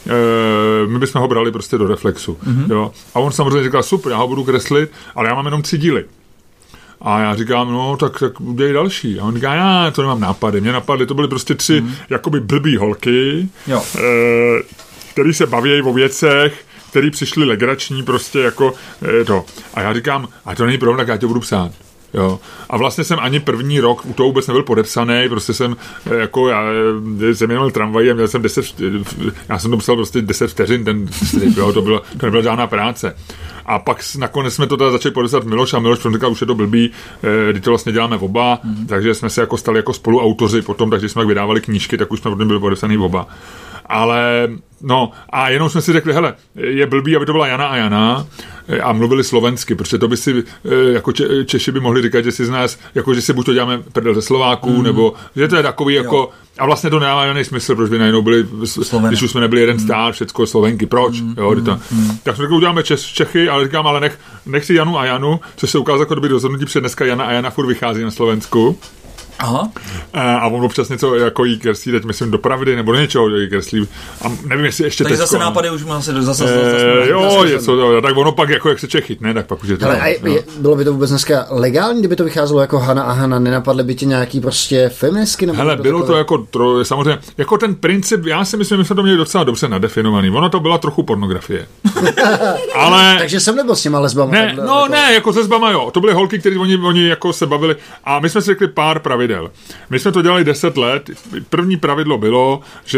my bychom ho brali prostě do Reflexu. Jo? A on samozřejmě říkal, super, já ho budu kreslit, ale já mám jenom 3 díly. A já říkám, no, tak udělej další. A on říká, já to nemám nápady. Mě napadly, to byly prostě 3 jakoby blbý holky, který se baví o věcech, který přišli legrační prostě jako to. A já říkám, a to není problém, tak já to budu psát. Jo. A vlastně jsem ani první rok u toho vůbec nebyl podepsaný, prostě jsem jako, já jsem měl tramvaj a měl jsem 10, já jsem to psal prostě 10 vteřin, ten strip, jo, to nebyla žádná práce. A pak nakonec jsme to teda začali podepsat Miloš a Miloš říkal, už je to blbý, kdy to vlastně děláme oba, takže jsme se jako stali jako spoluautoři potom, takže jsme vydávali knížky, tak už jsme potom byli podepsaný oba. Ale no a jenom jsme si řekli, hele, je blbý, aby to byla Jana a Jana a mluvili slovensky, protože to by si jako Češi by mohli říkat, že si z nás, jako že si buď to děláme prdel ze Slováků, nebo že to je takový jako, a vlastně to nemá žádný smysl, proč by najednou byli, když už jsme nebyli jeden stát, všecko Slovenky, proč? Tak jsme řekli, uděláme Čechy, ale říkám, ale nech si Janu a Janu, což se ukázalo jako dobrý rozhodnutí, protože dneska Jana a Jana furt vychází na Slovensku. Aha. A on občas něco jako jí kreslí, teď myslím do pravdy, nebo do něčeho jí kreslí. A nevím, jestli ještě tak zase nápady už má se zase tak ono pak jako jak se Čech chytne, tak pak už je to. Ale bylo by to vůbec dneska legální, kdyby to vycházelo jako Hana a Hana, nenapadly by ti nějaký prostě feministky? Hele, bylo to jako samozřejmě, jako ten princip, já si myslím, že jsme to měli docela dobře nadefinovaný. Ono to byla trochu pornografie. Ale takže jsem nebyl s těma lesbama. Ne, jako se lesbama, jo. To byly holky, které oni jako se bavili a my jsme si řekli pár pravidel. My jsme to dělali 10 let. První pravidlo bylo, že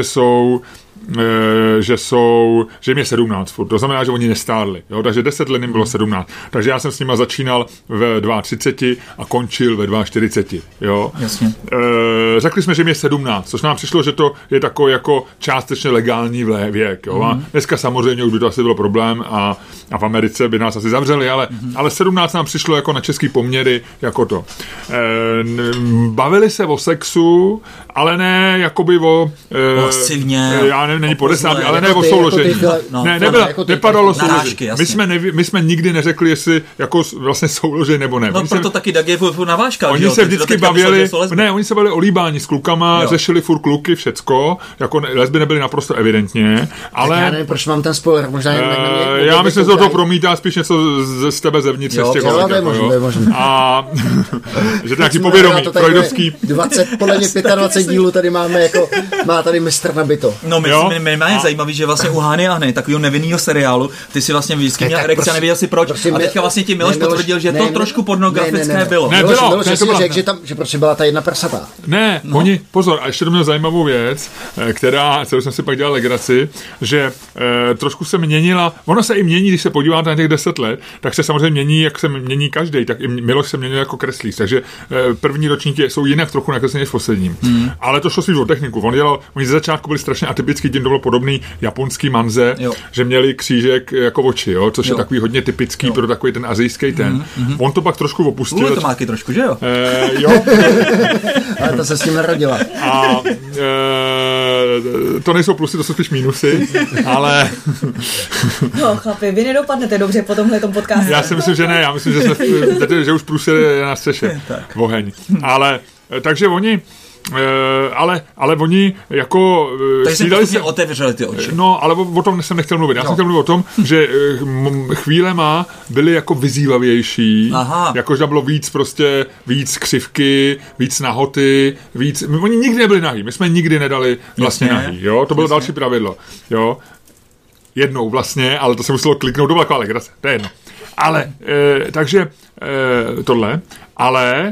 jim je 17 furt. To znamená, že oni nestárli. Jo? Takže 10 let jim bylo 17. Takže já jsem s nima začínal ve 32 a končil ve 42. Jo? Jasně. Řekli jsme, že jim je 17, což nám přišlo, že to je takový jako částečně legální věk. Jo? A dneska samozřejmě už by to asi bylo problém a v Americe by nás asi zavřeli, ale 17 nám přišlo jako na český poměry jako to. Bavili se o sexu, ale ne jakoby o lascivně. Není po 10, ale ne o souložení. Nepadalo souložení. My jsme nikdy neřekli, jestli jako vlastně souložení nebo ne. No proto taky Dag je furt navážka. Oni se vždycky bavili, oni se bavili o líbání s klukama, řešili furt kluky, všecko, jako lesby nebyly naprosto evidentně, ale... Tak já nevím, proč mám ten spoiler, možná já myslím, že to promítá spíš něco z tebe zevnitř. Jo, to je možné. A že to nějaký povědomí, freudovský. 20, podle mě 25 dílů tady máme, jako má tady mistr nabito. No, mě zajímavý, že vlastně u Hány a Hny, takového nevinnýho seriálu, ty si vlastně vždycky měl erekci a nevěděl si proč. A teďka vlastně ti Miloš potvrdil, že to trošku pornografické bylo. Miloš si řekl, že prostě byla ta jedna prsata. Ne, pozor, a ještě to měl zajímavou věc, kterou jsem si pak dělal legraci, že trošku se měnila, ono se i mění, když se podíváte na těch 10 let, tak se samozřejmě mění, jak se mění každý, tak i Miloš se měnil jako kreslíř, takže první ročníky jsou jinak trochu nakreslené v posledním. Ale to šlo spíš o techniku. Oni ze začátku byli strašně atypický, tím to bylo podobný japonský manze, že měli křížek jako oči, jo, což je takový hodně typický pro takový ten asijský ten. On to pak trošku opustil. To má taky trošku, že jo? Jo. Ale to se s tím narodila. A to nejsou plusy, to jsou spíš mínusy, ale... No, chlapi, vy nedopadnete dobře po tomhletom podcastu. Já si myslím, že ne, já myslím, že už průser je na střeše. Oheň. Ale, takže oni... ale oni jako... Takže se otevřeli ty oči. No, ale o tom jsem nechtěl mluvit. Já jsem chtěl mluvit o tom, že chvílema byly jako vyzývavější, jakože bylo víc křivky, víc nahoty, víc... Oni nikdy nebyli nahý. My jsme nikdy nedali vlastně nahý. Jo? To bylo další pravidlo. Jo? Jednou vlastně, ale to se muselo kliknout, to byla taková legrace. To je jedno. Ale, takže tohle, ale...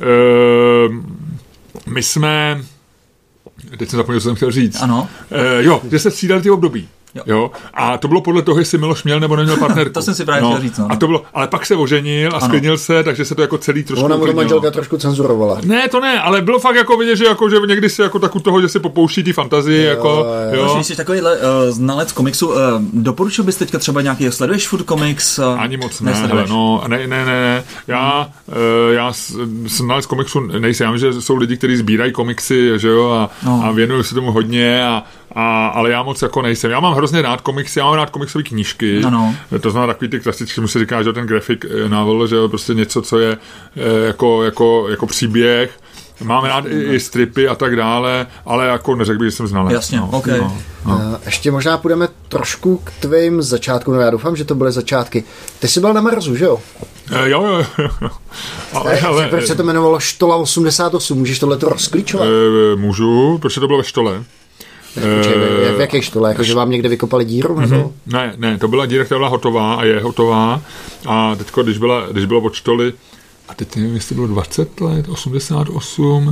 My jsme... Teď jsem zapomněl, co jsem chtěl říct. Ano. Že se střídali ty období. Jo. A to bylo podle toho, jestli Miloš měl nebo neměl partnerku. To jsem si právě chtěl říct. No. A to bylo, ale pak se oženil a sklidnil se, takže se to jako celý trošku uklidnilo. Ona manželka trošku cenzurovala. Ne, to ne, ale bylo fakt jako vidět, že někdy si jako tak u toho, že si popouští ty fantazii. Jo. Když jsi takovýhle znalec komiksu, doporučil bys teďka třeba nějaký, sleduješ furt komiks? Ani moc ne, ne. Já znalec komiksu nejsem. Já vím, že jsou lidi, kteří sbírají komiksy, že jo, a věnují se tomu hodně, ale já moc jako nejsem. Já mám hrozně rád komiksy, já mám rád komiksové knížky. To znamená takový ty klasický, mu se říká, že ten graphic novel, že jo, prostě něco, co je jako příběh. Mám rád i stripy a tak dále, ale jako neřekl bych, že jsem znalec. Jasně, okay. Ještě možná půjdeme trošku k tvým začátkům, no já doufám, že to byly začátky. Ty jsi byl na Marsu, že jo? Jo. Ale proč se to jmenovalo Štola 88? Můžeš tohleto rozklíčovat? Můžu, proč to bylo ve Štole? V jaké štole? Jako, že vám někde vykopali díru? Nebo? Ne, to byla díra, která byla hotová a je hotová. A teďko, když bylo od Štoly, a teď nevím, jestli bylo 20 let, 88,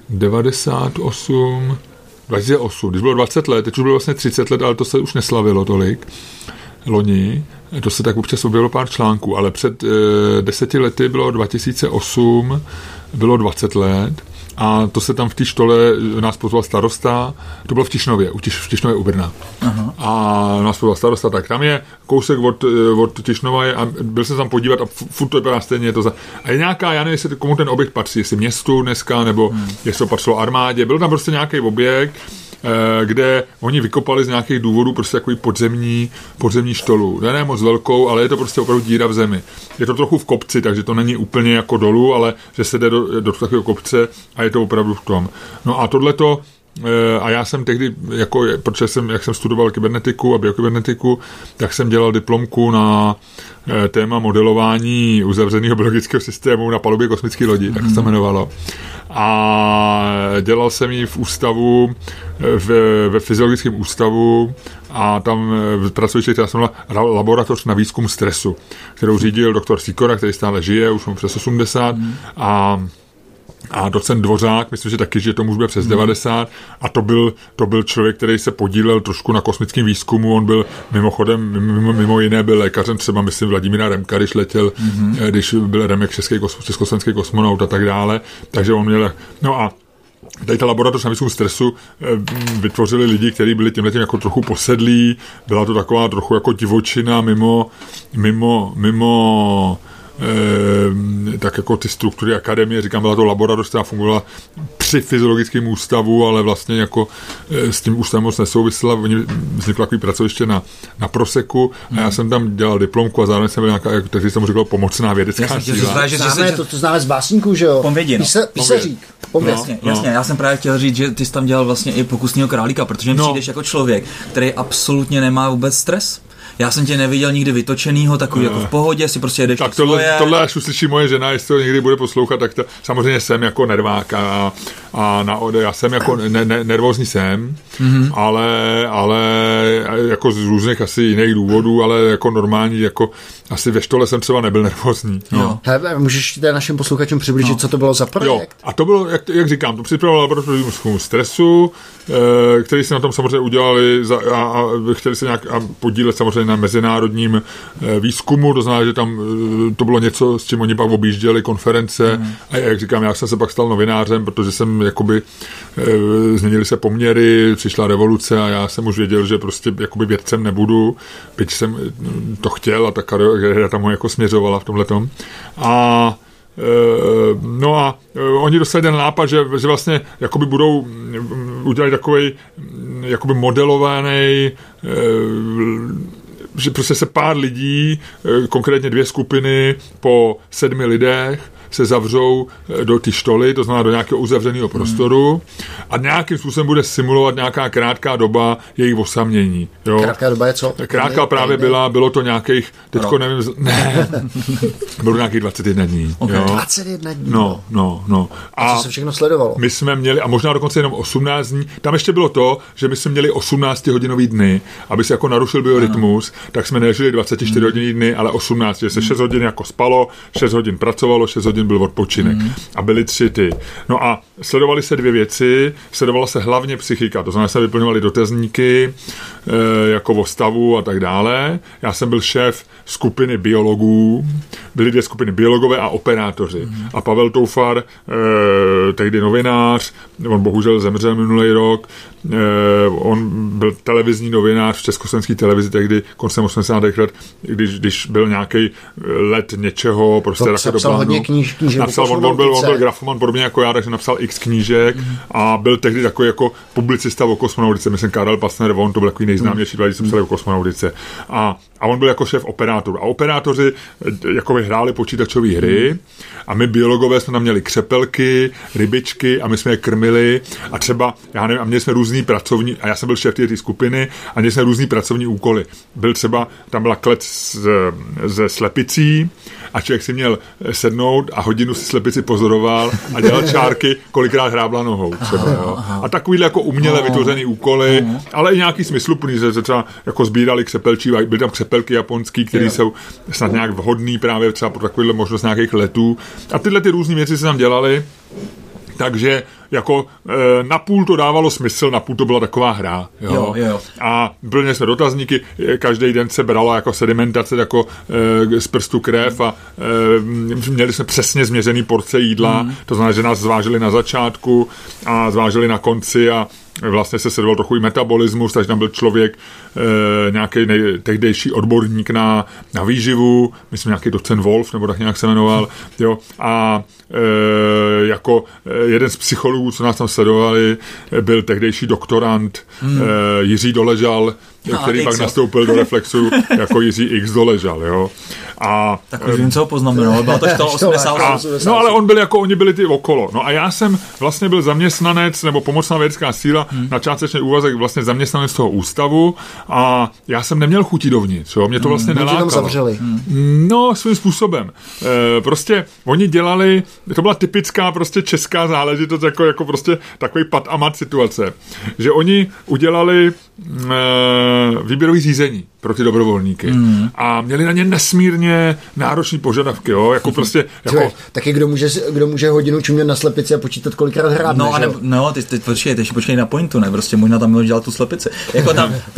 98, 2008. Když bylo 20 let, teď už bylo vlastně 30 let, ale to se už neslavilo tolik. Loni, to se tak občas objevilo pár článků, ale před 10 lety bylo 2008, bylo 20 let. A to se tam v té Štole nás pozval starosta, to bylo v Tišnově, v Tišnově u Brna. Aha. A nás pozval starosta, tak tam je kousek od Tišnova a byl jsem tam podívat a furt to vypadá stejně. A je nějaká, já nevím, jestli komu ten objekt patří, jestli městu dneska, nebo jestli to patřilo armádě. Byl tam prostě nějaký objekt, kde oni vykopali z nějakých důvodů prostě takový podzemní štolu. Ne moc velkou, ale je to prostě opravdu díra v zemi. Je to trochu v kopci, takže to není úplně jako dolů, ale že se jde do takového kopce a je to opravdu v tom. No a tohleto, a já jsem tehdy, protože jak jsem studoval kybernetiku a biokybernetiku, tak jsem dělal diplomku na téma modelování uzavřeného biologického systému na palubě kosmické lodi, tak se to jmenovalo. A dělal jsem ji v ústavu, ve fyziologickém ústavu a tam pracoviště, která se jmenovala Laboratoř na výzkum stresu, kterou řídil doktor Sikora, který stále žije, už mu přes 80 a docent Dvořák, myslím, že taky, že tomu už bude přes 90 a to byl člověk, který se podílel trošku na kosmickém výzkumu, on byl mimochodem, mimo jiné byl lékařem třeba, myslím, Vladimíra Remka, když letěl, když byl Remek československý kosmonaut a tak dále, takže on měl, no a tady ta laboratoř na výzkum stresu vytvořili lidi, kteří byli tímhletím jako trochu posedlí, byla to taková trochu jako divočina mimo tak jako ty struktury akademie, říkám, byla to laboratoř, která fungovala při fyziologickém ústavu, ale vlastně jako s tím ústavem moc nesouvisela. Vzniklo takový pracoviště na Proseku a já jsem tam dělal diplomku a zároveň jsem byl nějaká, takže jsem mu říkal, pomocná vědecká síla. To známe z básníků, že jo? Písařík. Jasně, já jsem právě chtěl říct, že ty jsi tam dělal vlastně i Pokusného králíka, protože mi přijdeš jako člověk, který absolutně nemá vůbec stres. Já jsem tě neviděl nikdy vytočenýho, takový jako v pohodě, si prostě jedeš tak tohle až uslyší moje žena, jestli to někdy bude poslouchat, tak to, samozřejmě jsem jako nervák a já jsem jako nervózní jsem, ale jako z různých asi jiných důvodů, ale jako normální, jako asi ve Štole jsem třeba nebyl nervózní. No. Hele, můžeš našim posluchačům přiblížit, co to bylo za projekt? Jo. A to bylo, jak říkám, to připravoval laboratorní výzkum stresu, který si na tom samozřejmě udělali a chtěli se nějak podílet samozřejmě na mezinárodním výzkumu, to znamená, že tam to bylo něco, s čím oni pak objížděli konference a jak říkám, já jsem se pak stal novinářem, protože jsem jakoby změnily se poměry, přišla revoluce a já jsem už věděl, že prostě jakoby vědcem nebudu, byť jsem to chtěl a ta kariéra tam ho jako směřovala v tomhletom. No a oni dostali ten nápad, že vlastně jakoby budou udělat takovej jakoby modelovaný, že prostě se pár lidí, konkrétně 2 skupiny po 7 lidech se zavřou do té štoly, to znamená do nějakého uzavřeného prostoru a nějakým způsobem bude simulovat nějaká krátká doba jejich osamění. Jo? Krátká doba je co? Krátká právě bylo to nějakých, teďko nevím, bylo nějakých 21 dní. Okay. Jo? 21 dní? No. A co se všechno sledovalo? My jsme měli, a možná dokonce jenom 18 dní, tam ještě bylo to, že my jsme měli 18-hodinový dny, aby se jako narušil biorytmus, tak jsme nežili 24-hodinový dny, ale 18, že se 6 hodin jako spalo, 6 hodin pracovalo, 6 hodin byl odpočinek. A byly 3 ty. No a sledovaly se 2 věci. Sledovala se hlavně psychika. To znamená, že se vyplňovaly dotazníky jako o stavu a tak dále. Já jsem byl šéf skupiny biologů. Byly 2 skupiny, biologové a operátoři. A Pavel Toufar, tehdy novinář, on bohužel zemřel minulý rok, on byl televizní novinář v československé televizi tehdy koncem 80. let, když byl nějaký let něčeho, prostě tak do plánu. Hodně knížek on byl grafoman podobně jako já, takže napsal x knížek a byl tehdy takový jako publicista o kosmonautice, myslím Karel Passner, on to byl takový nejznámější dva lidi, co psali o kosmonautice. A on byl jako šéf operátor. A operátoři jako hráli počítačové hry a my biologové jsme tam měli křepelky, rybičky a my jsme je krmili a třeba, já nevím, a měli jsme různý pracovní, a já jsem byl šéf té skupiny a měli jsme různý pracovní úkoly. Byl třeba, tam byla klec ze slepicí a člověk si měl sednout a hodinu si slepici pozoroval a dělal čárky, kolikrát hrábla nohou třeba, jo. A takovýhle jako uměle vytvořený úkoly, ale i nějaký smysluplný, že třeba jako sbírali křepelčí, byly tam křepelky japonský, které jsou snad nějak vhodný právě třeba pro takovýhle možnost nějakých letů. A tyhle ty různé věci se tam dělaly. Takže jako napůl to dávalo smysl, napůl to byla taková hra. Jo. A plně jsme dotazníky, každý den se brala jako sedimentace jako z prstu krev a měli jsme přesně změřený porce jídla, to znamená, že nás zvážili na začátku a zvážili na konci a vlastně se sledoval trochu i metabolismus, takže tam byl člověk, nějaký tehdejší odborník na výživu, myslím nějaký docent Wolf, nebo tak nějak se jmenoval, jo, a jako jeden z psychologů, co nás tam sledovali, byl tehdejší doktorant Jiří Doležal, který pak nastoupil do Reflexu jako Jiří X Doležal, jo. A tak už vím, co ho poznamenalo, byla to 80. No ale on byl jako, oni byli ty okolo. No a já jsem vlastně byl zaměstnanec, nebo pomocná vědecká síla na částečný úvazek, vlastně zaměstnanec toho ústavu a já jsem neměl chuti dovnitř, jo. Mě to vlastně nelákalo. Tam zavřeli. No, svým způsobem. Prostě oni dělali, to byla typická prostě česká záležitost, jako prostě takový pat a mat situace, že oni udělali výběrový řízení pro ty dobrovolníky. A měli na ně nesmírně náročný požadavky, jo, jako prostě jako... Taky kdo může hodinu čumět na slepici a počítat kolikrát hrábne, no, ty počkej na pointu, ne, prostě možná tam měl dělat tu slepici. Jako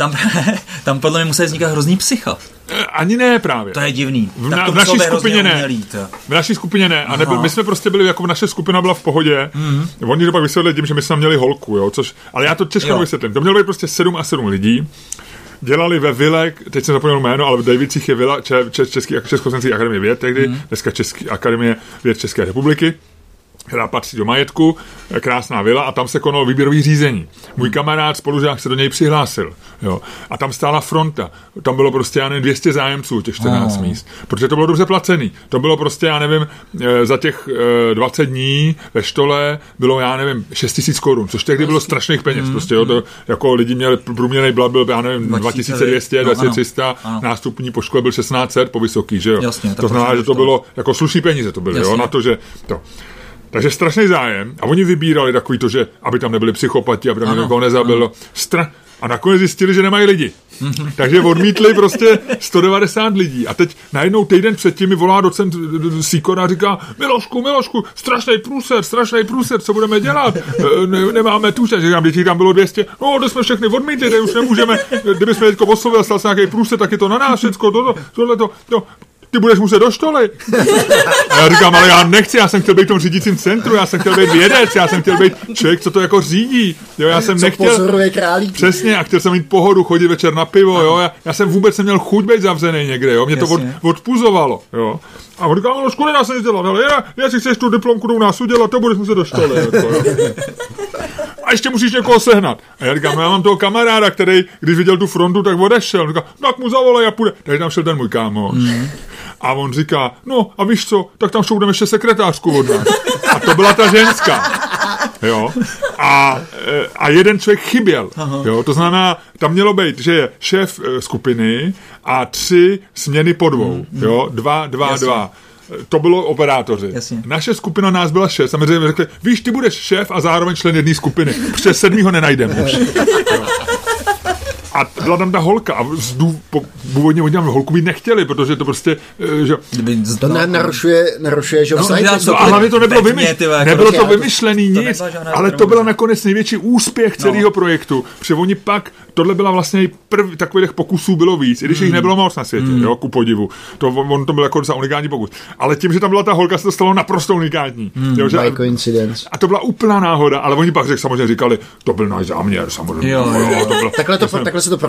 tam podle mě musí vznikat hrozný psycha. Ani ne právě. To je divný. V naší skupině ne. V naší skupině ne. A nebyl, my jsme prostě byli, jako naše skupina byla v pohodě. Oni to pak vysvětlili tím, že my jsme měli holku, jo, což, ale já to těžko vysvětlím. To mělo být prostě 7 lidí. Dělali ve vile, teď jsem zapomněl jméno, ale v Dejvicích je vila Československé akademie věd tehdy, dneska České akademie věd České republiky, která patří do majetku, krásná vila a tam se konalo výběrový řízení. Můj kamarád, spolužák se do něj přihlásil. Jo. A tam stála fronta. Tam bylo prostě, já nevím, 200 zájemců, těch 14 míst. Protože to bylo dobře placený. To bylo prostě, já nevím, za těch 20 dní ve štole bylo, já nevím, 6 000 korun, což tehdy bylo strašných peněz. Prostě, jo, to, jako lidi měli, průměrný plat byl, já nevím, 2200, 2300, nástupní po škole byl 1600, po vysoký, že jo. Jasně, to znamená, že to bylo, jako slušný peníze to byly, jo, na to, že to... Takže strašný zájem a oni vybírali takový to, že aby tam nebyli psychopati, aby tam někoho nezabilo. A nakonec zjistili, že nemají lidi. Takže odmítli prostě 190 lidí. A teď najednou týden předtím mi volá docent Sikora a říká, Milošku, strašný průser, co budeme dělat? Nemáme tu, že říkám, dětí tam bylo 200. No, to jsme všechny odmítli, teď už nemůžeme. Kdybychom teďko oslovili, stal se nějaký průser, tak je to na nás všecko, tohleto. Ty budeš muset do štoly. A já říkám, ale já nechci, já jsem chtěl být v tom řídícím centru, já jsem chtěl být vědec, já jsem chtěl být člověk, co to jako řídí. Jo, já jsem nechtěl. Pozoruje králíky. Přesně, a chtěl jsem mít pohodu, chodit večer na pivo, jo. Já jsem vůbec neměl chuť být zavřený někde, jo. Mě to odpuzovalo, jo. A on říkal, no školy nás nic dělat, ale já si chceš tu diplomku do nás udělat, to budeš muset do štoly. A ještě musíš někoho sehnat. A já říkám, já mám toho kamaráda, který, když viděl tu frontu, tak odešel. On říká, tak mu zavolej a půjde. Takže tam šel ten můj kámoš. A on říká, no a víš co, tak tam budeme ještě sekretářku od nás. A to byla ta ženská. Jo. A jeden člověk chyběl. Jo. To znamená, tam mělo být, že je šéf skupiny a 3 směny po 2. Jo. 2. To bylo operátoři. Jasně. Naše skupina nás byla 6. Samozřejmě řekli, víš, ty budeš šéf a zároveň člen jedné skupiny. Protože 7. nenajdeme už. A byla tam ta holka a původně oni tam holku být nechtěli, protože to prostě, že... To narušuje, že a hlavně to nebylo to vymyšlený nic, ale to byl nakonec největší úspěch celého projektu, protože oni pak, tohle byla vlastně takových pokusů bylo víc, i když jich nebylo moc na světě, jo, ku podivu. To byl jako docela unikátní pokus. Ale tím, že tam byla ta holka, se to stalo naprosto unikátní. Jo, by coincidence. A to byla úplná náhoda, ale oni pak samozřejmě říkali, to byl náš záměr, samozřejmě. Takhle se to prodalo.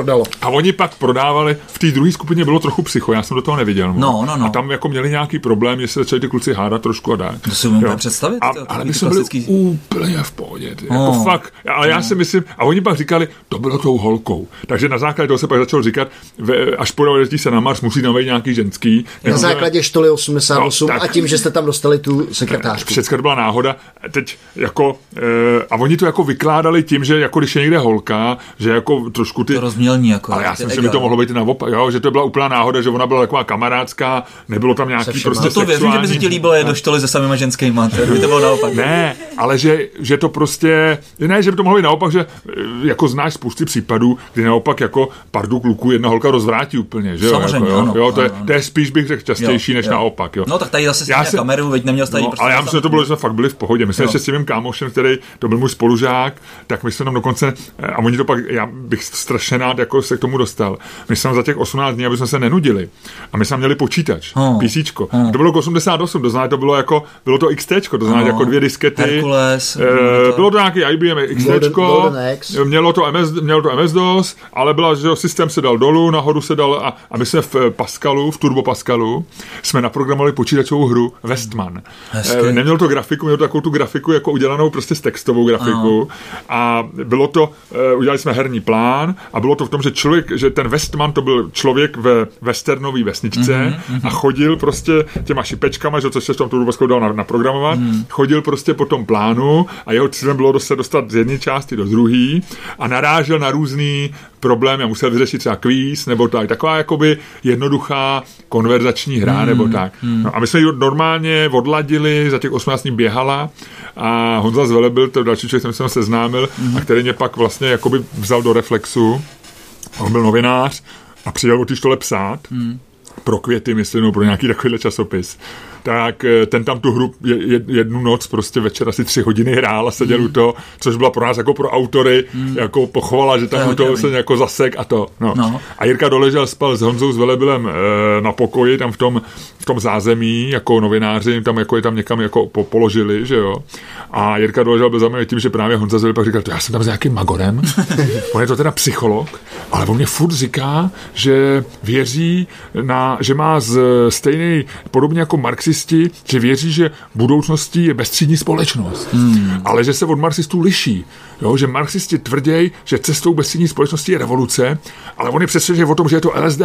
prodalo. A oni pak prodávali, v té druhé skupině bylo trochu psycho, já jsem do toho neviděl. No. A tam jako měli nějaký problém, že se začali ty kluci hádat trošku a dát. To si můžeme představit. Ale my jsme byli úplně v pohodě. Jako fakt, ale já si myslím, a oni pak říkali, to bylo tou holkou. Takže na základě toho se pak začalo říkat, až podaletí se na Mars, musí tam být nějaký ženský. Na základě štoly 88 a tím, že jste tam dostali tu sekretářku. Všechno to byla náhoda. Teď jako, a oni to jako vykládali tím, že jako když je někde holka, že jako trošku ty... To rozmělní jako. Ale já si myslím, že by to mohlo být naopak, jo, že to byla úplná náhoda, že ona byla taková kamarádská, nebylo tam nějaký prostě no to věřím, že by se ti líbilo je do štoly se samýma ženskýma, to by to bylo naopak. Ne, ale že to prostě, ne, že by to mohlo být naopak, že jako znáš spousty případů, kdy naopak jako pardu kluků jedna holka rozvrátí úplně, že jo? Samozřejmě, jako, ano, jo, to je spíš bych řekl častější než naopak, jo. No tak tady zase si kameru, veď neměl tady prostě. Ale já myslím, že to bylo, že jsme fakt byli v pohodě. My jsme ještě s tím kámošem, který to byl můj spolužák, tak my jsme tam dokonce, a oni to pak, já bych strašně rád jako se k tomu dostal. My jsme za těch 18 dní, aby jsme se nenudili. A my jsme měli počítač, PCčko. To bylo 88, to znamená, to bylo jako, bylo to XTčko, to znamená jako 2 diskety. Herkules. Bylo to nějaký IBM XTčko, mělo to MS-DOS, ale byla, že systém se dal dolů, nahoru se dal a my jsme v Pascalu, v Turbo Pascalu, jsme naprogramovali počítačovou hru Westman. Nemělo to grafiku, mělo to takovou tu grafiku jako udělanou prostě s textovou grafiku a bylo to, udělali jsme herní plán a bylo to v tom, že ten Westman to byl člověk ve westernové vesničce a chodil prostě těma šipečkama, že což se v tom Turbo Pascalu dal naprogramovat, chodil prostě po tom plánu a jeho cílem bylo se dostat z jedné části do druhé a narážel na různý problémy a musel vyřešit třeba kvíz nebo tak. Taková jakoby jednoduchá konverzační hra nebo tak. No a my jsme ji normálně odladili, za těch 18 dní běhala a Honza Zvele byl to další člověk, jsem se seznámil a který mě pak vlastně jakoby vzal do Reflexu. On byl novinář a přijel o té štole psát pro Květy, myslím, pro nějaký takovýhle časopis. Tak ten tam tu hru jednu noc prostě večer asi 3 hodiny hrál a seděl u toho, což byla pro nás jako pro autory jako pochvala, že tam u toho se jako zasek a to. No. A Jirka Doležal spal s Honzou Zvelebylem na pokoji tam v tom zázemí jako novináři, tam jako je tam někam jako položili, že jo. A Jirka Doležal byl zajímavý tím, že právě Honza Zvelebel pak říkal, to já jsem tam s nějakým magorem, on je to teda psycholog, ale on mě furt říká, že věří že má stejný, podobně jako marxisti, že věří, že budoucností je bezstřídní společnost. Ale že se od marxistů liší. Jo, že marxisti tvrdí, že cestou bezstřídní společnosti je revoluce, ale on je přesvědčený o tom, že je to LSD.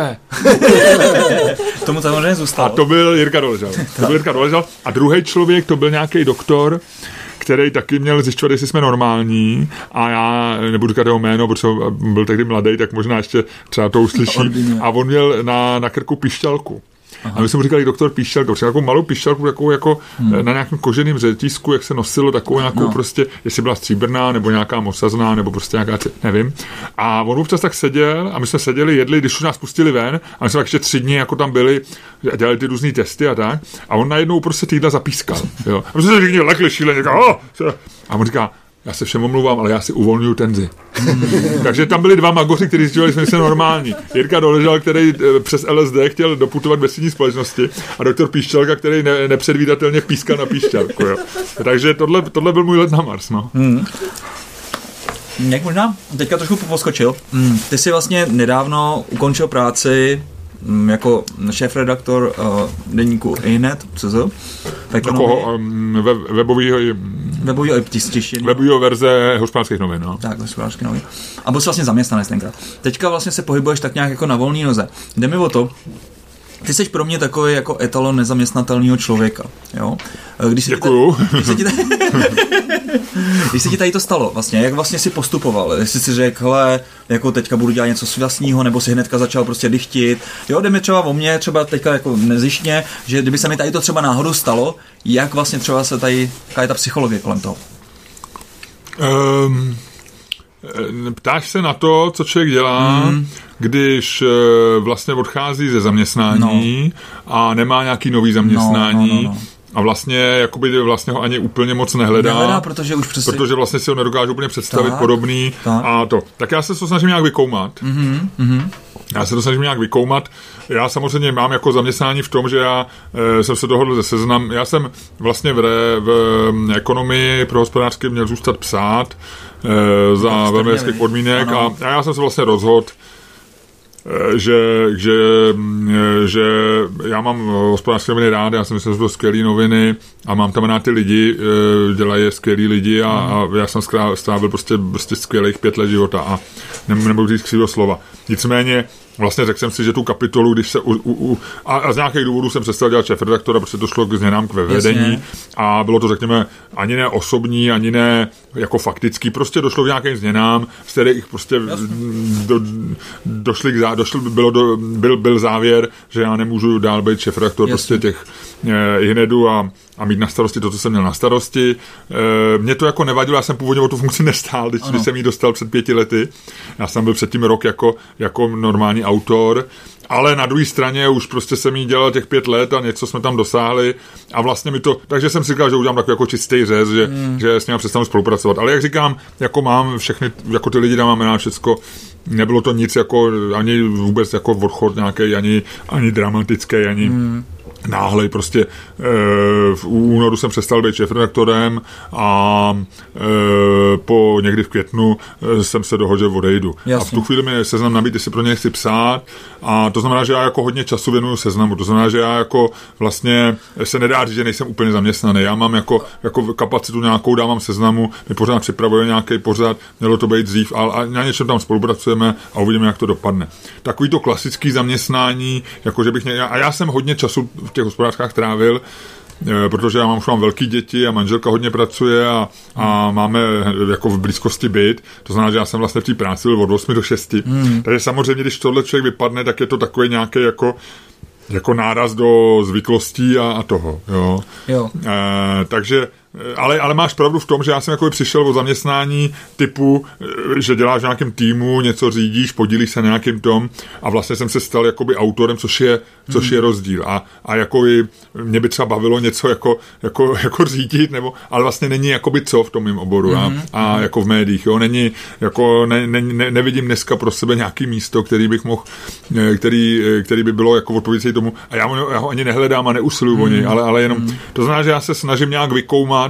Tomu samozřejmě zůstalo. A to byl Jirka Doležal. A druhý člověk, to byl nějaký doktor, který taky měl zjišťovat, jestli jsme normální a já nebudu říkat jeho jméno, protože byl tehdy mladý, tak možná ještě třeba to uslyší. A on měl na krku pišťalku. A my jsme mu říkali doktor Píšťalka, protože nějakou malou pišťalku takovou jako na nějakém koženém řetízku, jak se nosilo, takovou nějakou prostě, jestli byla stříbrná, nebo nějaká mosazná, nebo prostě nějaká, nevím. A on občas tak seděl a my jsme seděli, jedli, když už nás pustili ven a my jsme tak ještě 3 dny jako tam byli a dělali ty různý testy a tak. A on najednou prostě týdla zapískal. Jo. A my jsme se lekli šíleně, a on říká, já se všem omlouvám, ale já si uvolňuju tenzi. Takže tam byli 2 magoři, kteří zjistili, že jsme normální. Jirka Doležal, který přes LSD chtěl doputovat bezstřední společnosti a doktor Píšťalka, který nepředvídatelně pískal na píšťalku. Jo. Takže tohle byl můj let na Mars. No. Jak možná teďka trošku poskočil. Ty jsi vlastně nedávno ukončil práci jako šéfredaktor deníku iHNED, webovýho verze hospodářských novin. No. Tak, hospodářských novin. A byl jsi vlastně zaměstnanec tenkrát. Teďka vlastně se pohybuješ tak nějak jako na volný noze. Jde mi o to, ty jsi pro mě takový jako etalon nezaměstnatelného člověka. Jo? Děkuju. Když se ti tady to stalo, vlastně, jak vlastně si postupoval? Jestli si řekl, hele, jako teďka budu dělat něco vlastního, nebo si hnedka začal prostě dychtit. Jo, jde mi třeba o mě, třeba teďka jako nezištně, že kdyby se mi tady to třeba náhodou stalo, jak vlastně třeba se tady, jaká je ta psychologie kolem toho? Ptáš se na to, co člověk dělá, když vlastně odchází ze zaměstnání a nemá nějaký nový zaměstnání. No. A vlastně, jakoby vlastně ho ani úplně moc nehledá, protože vlastně si ho nedokážu úplně představit podobný a to. Tak já se to snažím nějak vykoumat. Já samozřejmě mám jako zaměstnání v tom, že já jsem se dohodl se Seznam. Já jsem vlastně v ekonomii pro hospodářky měl zůstat psát za velmi hezkých podmínek a já jsem se vlastně rozhodl, že já mám hospodářské noviny rád, já si myslím, že jsou to skvělý noviny a mám tam rád ty lidi, dělají skvělí lidi a já jsem strávil prostě skvělých 5 let života a nebudu říct křivého slova. Nicméně vlastně řekl jsem si, že tu kapitolu, když se a z nějakých důvodů jsem přestal dělat šéfredaktora, protože to šlo k změnám ve vedení a bylo to, řekněme, ani ne osobní, ani ne jako faktický, prostě došlo k nějakým změnám, z kterých prostě byl závěr, že já nemůžu dál být šéfredaktor prostě těch Ihnedů a mít na starosti to, co jsem měl na starosti. Mě to jako nevadilo, já jsem původně o tu funkci nestál, když jsem ji dostal před 5 lety. Já jsem byl předtím rok jako normální autor, ale na druhé straně už prostě jsem jí dělal těch 5 let a něco jsme tam dosáhli a vlastně mi to, takže jsem si říkal, že udělám takový jako čistý řez, že s ním přestanu spolupracovat. Ale jak říkám, jako mám všechny, jako ty lidi tam máme na všecko, nebylo to nic jako, ani vůbec jako odchod nějaký, ani dramatický, ani náhlej, prostě v únoru jsem přestal být šéfredaktorem a po někdy v květnu jsem se dohodl, že odejdu. Jasně. A v tu chvíli mi Seznam nabídl, jestli pro něj chci psát a to znamená, že já jako hodně času věnuju Seznamu, to znamená, že já jako vlastně se nedá říct, že nejsem úplně zaměstnaný, já mám jako kapacitu nějakou, dávám Seznamu, my pořád připravujeme nějaký pořád, mělo to být dřív a na něčem tam spolupracujeme a uvidíme, jak to dopadne. Takový to klasický zaměstnání, jako že bych a já jsem hodně času v těch hospodářkách trávil, protože já už mám velký děti a manželka hodně pracuje a máme jako v blízkosti byt, to znamená, že já jsem vlastně v té práci byl od 8 do 6. Takže samozřejmě, když tohle člověk vypadne, tak je to takový nějaký jako náraz do zvyklostí a toho. Jo. Takže ale máš pravdu v tom, že já jsem jako přišel o zaměstnání typu, že děláš v nějakém týmu, něco řídíš, podílíš se na nějakým tom a vlastně jsem se stal jakoby autorem, což je rozdíl. A jako i mě by třeba bavilo něco jako řídit, ale vlastně není jakoby co v tom mým oboru a jako v médiích. Jo? Není, jako nevidím dneska pro sebe nějaký místo, který bych mohl, který by bylo jako odpovědí tomu. A já ho ani nehledám a neusiluju o něj, ale jenom to znamená, že já se snažím nějak vykoumat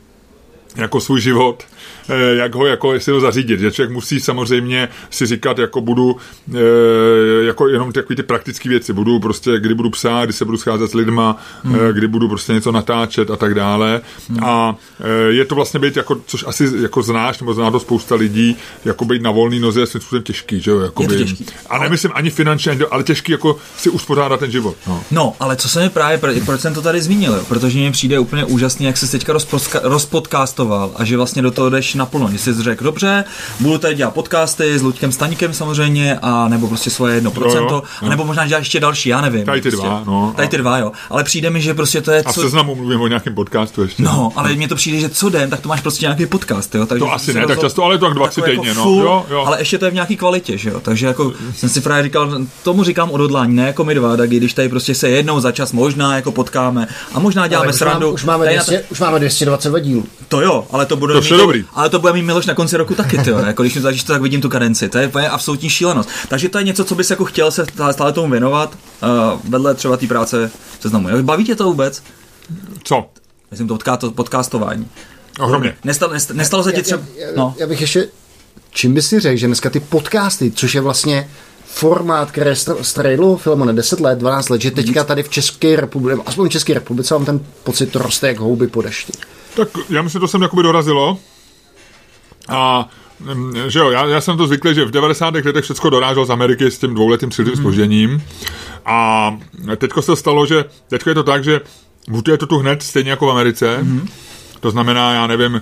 jako svůj život, jak ho jako si ho zařídit, že člověk musí samozřejmě si říkat, jako budu jako jenom takový ty praktické věci, budu prostě, kdy budu psát, kdy se budu scházet s lidma, kdy budu prostě něco natáčet a tak dále a je to vlastně být jako, což asi jako znáš, nebo zná to spousta lidí, jako být na volný noze je svým způsobem těžký, že jo, jako je to těžký. A nemyslím ani finančně, ale těžký jako si uspořádat ten život. No, ale co se mi právě, proč jsem to tady zmínil, jo? Protože mi přijde úplně úžasný, jak se teďka rozpodcastoval a že vlastně do toho jdeš naplno. Že jsi řekl, dobře, budu tady dělat podcasty s Luďkem Staňkem samozřejmě, a nebo prostě svoje 1%, a nebo možná dělat ještě další, já nevím. Tady ty prostě. Tady ty dva, jo. Ale přijde mi, že prostě to je... A v Seznamu mluvím o nějakém podcastu ještě. No, ale mně to přijde, že co den, tak to máš prostě nějaký podcast, jo. Takže to asi ne, tak často, ale to tak 20 týdně, no. Jo. Ale ještě to je v nějaký kvalitě, že jo. Takže jako jsem si právě říkal, tomu říkám odhodlání, ne jako my dva, tak když tady prostě se jednou za čas možná jako potkáme a možná děláme srandu. Už máme 220 dílů. To jo, ale to bude dobrý. Ale to bude mít Miloš na konci roku taky, tyjo, jako když mi zažíš to, tak vidím tu kadenci. To je absolutní šílenost. Takže to je něco, co bys jako chtěl se stále tomu věnovat, vedle třeba té práce v Seznamu. Baví tě to vůbec? Co? Myslím to podcastování. Ohromně. Nestalo se ti třeba... Já bych ještě... Čím bys si řekl, že dneska ty podcasty, což je vlastně formát, který je starý dlouho, Filemone, 10 let, 12 let, že teďka tady v České republice, aspoň v České republice, mám ten pocit, to roste jak houby po dešti. Tak já myslím, to sem jakoby dorazilo. A že jo, já jsem to zvyklý, že v 90. letech všechno dorážel z Ameriky s tím 2letým přílišným zpožděním. A teďko se stalo, že teďko je to tak, že je to tu hned stejně jako v Americe. To znamená, já nevím,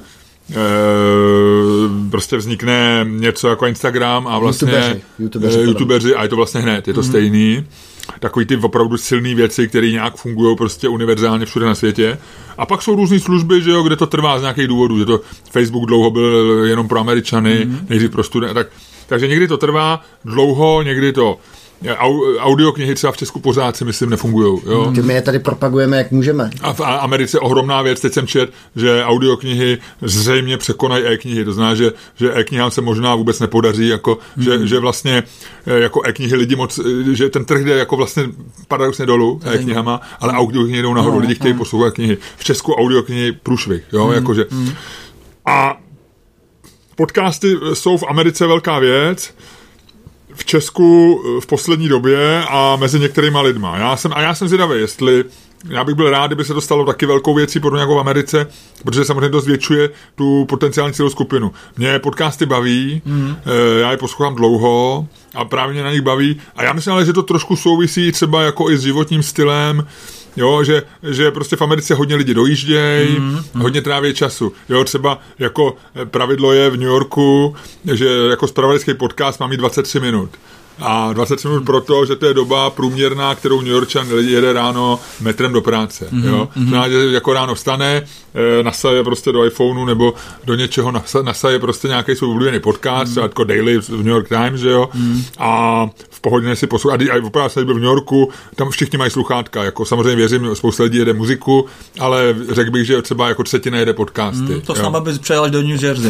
prostě vznikne něco jako Instagram a vlastně YouTubeři a je to vlastně hned, je to stejný. Takový ty opravdu silné věci, které nějak fungují prostě univerzálně všude na světě. A pak jsou různé služby, že jo, kde to trvá z nějakých důvodů, že to Facebook dlouho byl jenom pro Američany, nejdřív pro studenty, takže někdy to trvá dlouho, někdy to audioknihy třeba v Česku pořád si myslím nefungujou. Jo? My je tady propagujeme, jak můžeme. A v Americe ohromná věc, teď jsem čet, že audioknihy zřejmě překonají e-knihy. To znamená, že e-knihám se možná vůbec nepodaří, jako, že vlastně jako e-knihy lidi moc, že ten trh jde jako vlastně paradoxně dolů e-knihama, ale audioknihy jdou nahoru, lidi chtějí poslouchat knihy. V Česku audioknihy průšvih. Jo? Jakože. A podcasty jsou v Americe velká věc. v Česku v poslední době a mezi některýma lidma. Já jsem zvědavý, jestli já bych byl rád, kdyby se to stalo taky velkou věcí podobně jako v Americe, protože samozřejmě to zvětšuje tu potenciální celou skupinu. Mě podcasty baví, já je poslouchám dlouho a právě mě na nich baví a já myslím ale, že to trošku souvisí třeba jako i s životním stylem, jo, že prostě v Americe hodně lidi dojíždějí, hodně tráví času. Jo, třeba jako pravidlo je v New Yorku, že jako zpravodajský podcast má mít 23 minut. A 20 minut proto, že to je doba průměrná, kterou New Yorkčan jede ráno metrem do práce. Jo? Znamená, že jako ráno vstane, nasaje prostě do iPhoneu nebo do něčeho, nasaje prostě nějaký svůj oblíbený podcast, třeba jako Daily v New York Times, že jo? A v pohodě si poslouchá. A opravdu jsem byl v New Yorku, tam všichni mají sluchátka. Jako samozřejmě věřím, spousta lidí jede muziku, ale řekl bych, že třeba jako třetina jede podcasty. To snad bys přejel až do New Jersey.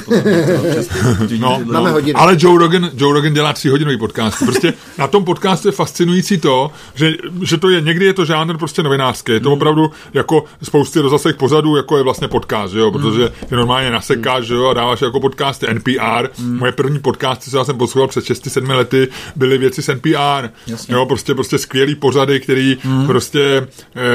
No, ale Joe Rogan dělá 3hodinový podcast. Prostě na tom podcastu je fascinující to, že to je, někdy je to žánr prostě novinářský. Je to opravdu jako spousty rozhlasových pořadů, jako je vlastně podcast, že jo, protože je normálně nasekáš, že jo, a dáváš jako podcasty NPR. Moje první podcasty, co já jsem poslouchal před 6-7 lety, byly věci z NPR. Jasně. Jo, prostě skvělý pořady, který prostě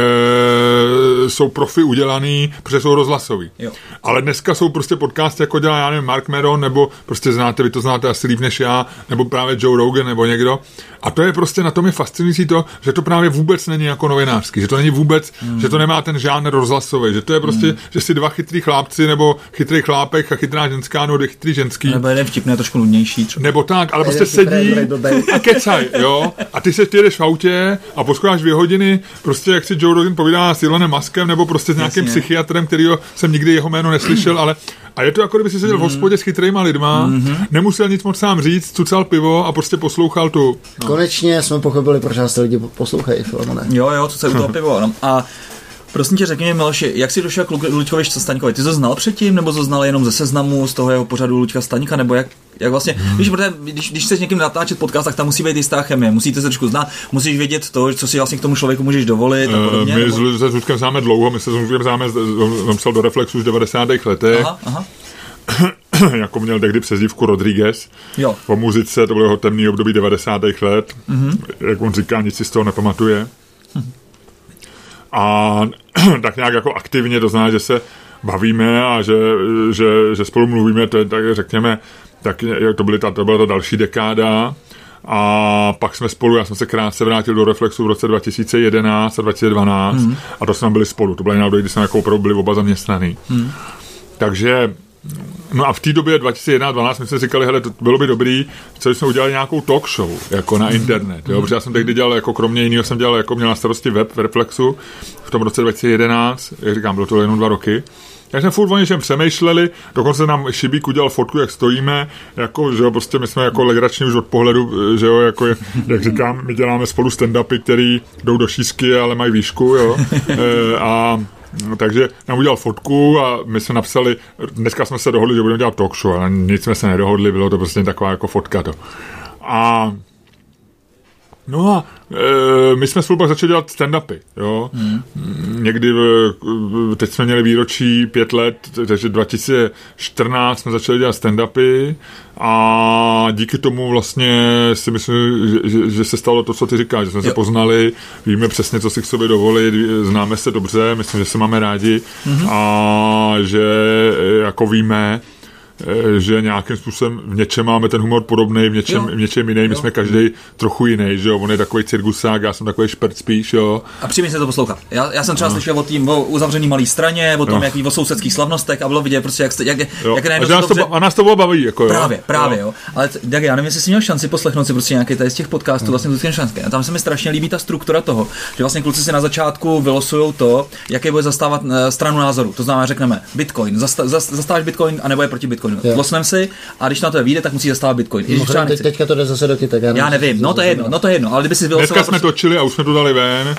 jsou profi udělaný, protože jsou rozhlasový. Jo. Ale dneska jsou prostě podcasty, jako dělá, já nevím, Mark Maron, nebo prostě znáte, vy to znáte asi líp než já, nebo právě Joe Rogan, nebo někdo. A to je prostě, na tom je fascinující to, že to právě vůbec není jako novinářský, že to není vůbec, že to nemá ten žánr rozhlasový, že to je prostě, že si dva chytrý chlápci, nebo chytrý chlápek a chytrá ženská, nebo chytrý ženský. Nebo jeden vtipný, trošku nudnější. Třeba. Nebo tak, ale prostě sedí a kecaj, jo. A ty se jedeš v autě a posloucháš 2 hodiny, prostě jak si Joe Rogan povídá s Elonem Muskem, nebo prostě s nějakým psychiatrem, kterýho jsem nikdy jeho jméno neslyšel, ale a je to jako kdyby si seděl v hospodě s chytrýma lidma, nemusel nic moc sám říct, cucal pivo a prostě poslouchal tu. No. Konečně jsme pochopili, proč nás lidi poslouchají, Filemone. Jo, co se u toho pivo. No. A prosím tě, řekni mi, Miloši, jak jsi došel k Luďkovi Staňkovi? Ty jsi to znal předtím, nebo to znal jenom ze Seznamu, z toho jeho pořadu Luďka Staňka, nebo jak vlastně, když chceš někým natáčet podcast, tak tam musí být jistá chemie, musíte se trošku znát, musíš vědět to, co si vlastně k tomu člověku můžeš dovolit a podobně. My se s Luďkem známe dlouho, my se s Luďkem známe, on psal do Reflexu už v 90. letech. Aha. Jako měl tehdy přezdívku Rodriguez. Jo. Po muzice, to bylo jeho temný období 90. let. Jak on říká, nic si z toho nepamatuje. A tak nějak jako aktivně, to znamená, že se bavíme a že spolu mluvíme, to je, tak řekněme, tak to byla ta další dekáda. A pak jsme spolu, já jsem se krátce vrátil do Reflexu v roce 2011 a 2012 a to jsme byli spolu. To byla jiná doba, kdy jsme jako opravdu byli oba zaměstnaný. Takže no a v té době 2011-2012 jsme si říkali, hele, to bylo by dobrý, co jsme udělali nějakou talk show, jako na internet, jo, protože já jsem tehdy dělal, jako kromě jiného jsem dělal, jako měl na starosti web v Reflexu v tom roce 2011, jak říkám, bylo to jenom 2 roky. Já jsme furt o něčem přemýšleli, dokonce nám Šibík udělal fotku, jak stojíme, jako, že jo, prostě my jsme jako legrační už od pohledu, že jo, jako, jak říkám, my děláme spolu stand-upy, který jdou do šířky, ale mají výšku, jo, takže nám udělal fotku a my jsme napsali, dneska jsme se dohodli, že budeme dělat talk show, ale nic jsme se nedohodli, bylo to prostě taková jako fotka to. A no a my jsme spolu pak začali dělat stand-upy, jo. Někdy, teď jsme měli výročí 5 let, takže 2014 jsme začali dělat stand-upy a díky tomu vlastně si myslím, že se stalo to, co ty říkáš, že jsme se poznali, víme přesně, co si k sobě dovolit, známe se dobře, myslím, že se máme rádi a že jako víme, že nějakým způsobem v něčem máme ten humor podobný, v něčem jiný, my jsme každý trochu jiný, že jo, on je takový cirkusák, já jsem takový špert spíš, jo. A přímě se to poslouchat. Já jsem třeba slyšel o uzavřený malý straně, o tom, jaký o sousedských slavnostech a bylo vidět prostě, a nás to bylo baví, jako právě, jo. Ale tak já nevím, jestli jsi měl šanci poslechnout si prostě nějaký tady z těch podcastů vlastně Luďkem Šanským. A tam se mi strašně líbí ta struktura toho, že vlastně kluci si na začátku vylosujou to, jaké bude zastávat stranu názoru. To znamená, řekneme Bitcoin, zastáváš Bitcoin a nebo je proti Bitcoin. Losnem si a když na to vyjde, tak musí zastávat Bitcoin. Teďka to jde zase do kytek. Já nevím, to je jedno, ale kdyby si dneska jsme točili a už jsme to dali ven.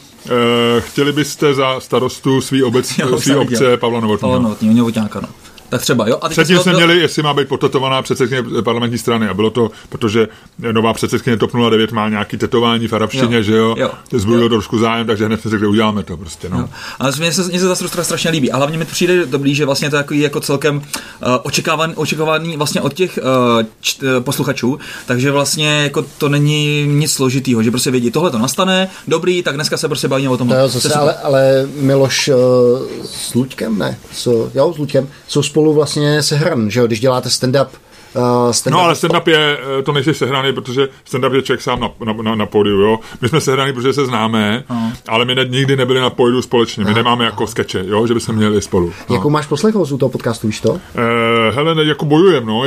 Chtěli byste za starostu svý obce Pavla Novotného. Novotňáka, no. Tak třeba, jo. Předtím jsme měli, jestli má být potetovaná předsedkyně parlamentní strany a bylo to, protože nová předsedkyně TOP 09 má nějaký tetování v arabštině, že jo. Zbudilo trošku zájem, takže hned jsme řekli, uděláme to prostě, no. Ale mně se zase strašně líbí. A hlavně mi přijde dobrý, že vlastně to je takový jako celkem očekávaný vlastně od těch posluchačů, takže vlastně jako to není nic složitýho, že prostě vědí, tohle to nastane, dobrý, tak dneska se prostě bavíme o tom. No, zase, ale Miloš s Luďkem, ne? S Luďkem jsou spolu vlastně sehran, že jo, když děláte stand-up. No ale stand-up je, to nejsi sehraný, protože stand-up je člověk sám na pódiu, jo. My jsme sehraný, protože se známe, ale my nikdy nebyli na pódiu společně, my nemáme jako skeče, jo, že bychom měli spolu. No. Jakou máš poslechovost u toho podcastu, víš to? Hele, jako bojujem, no,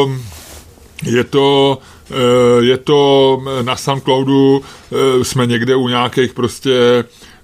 je to na SoundCloudu, jsme někde u nějakých prostě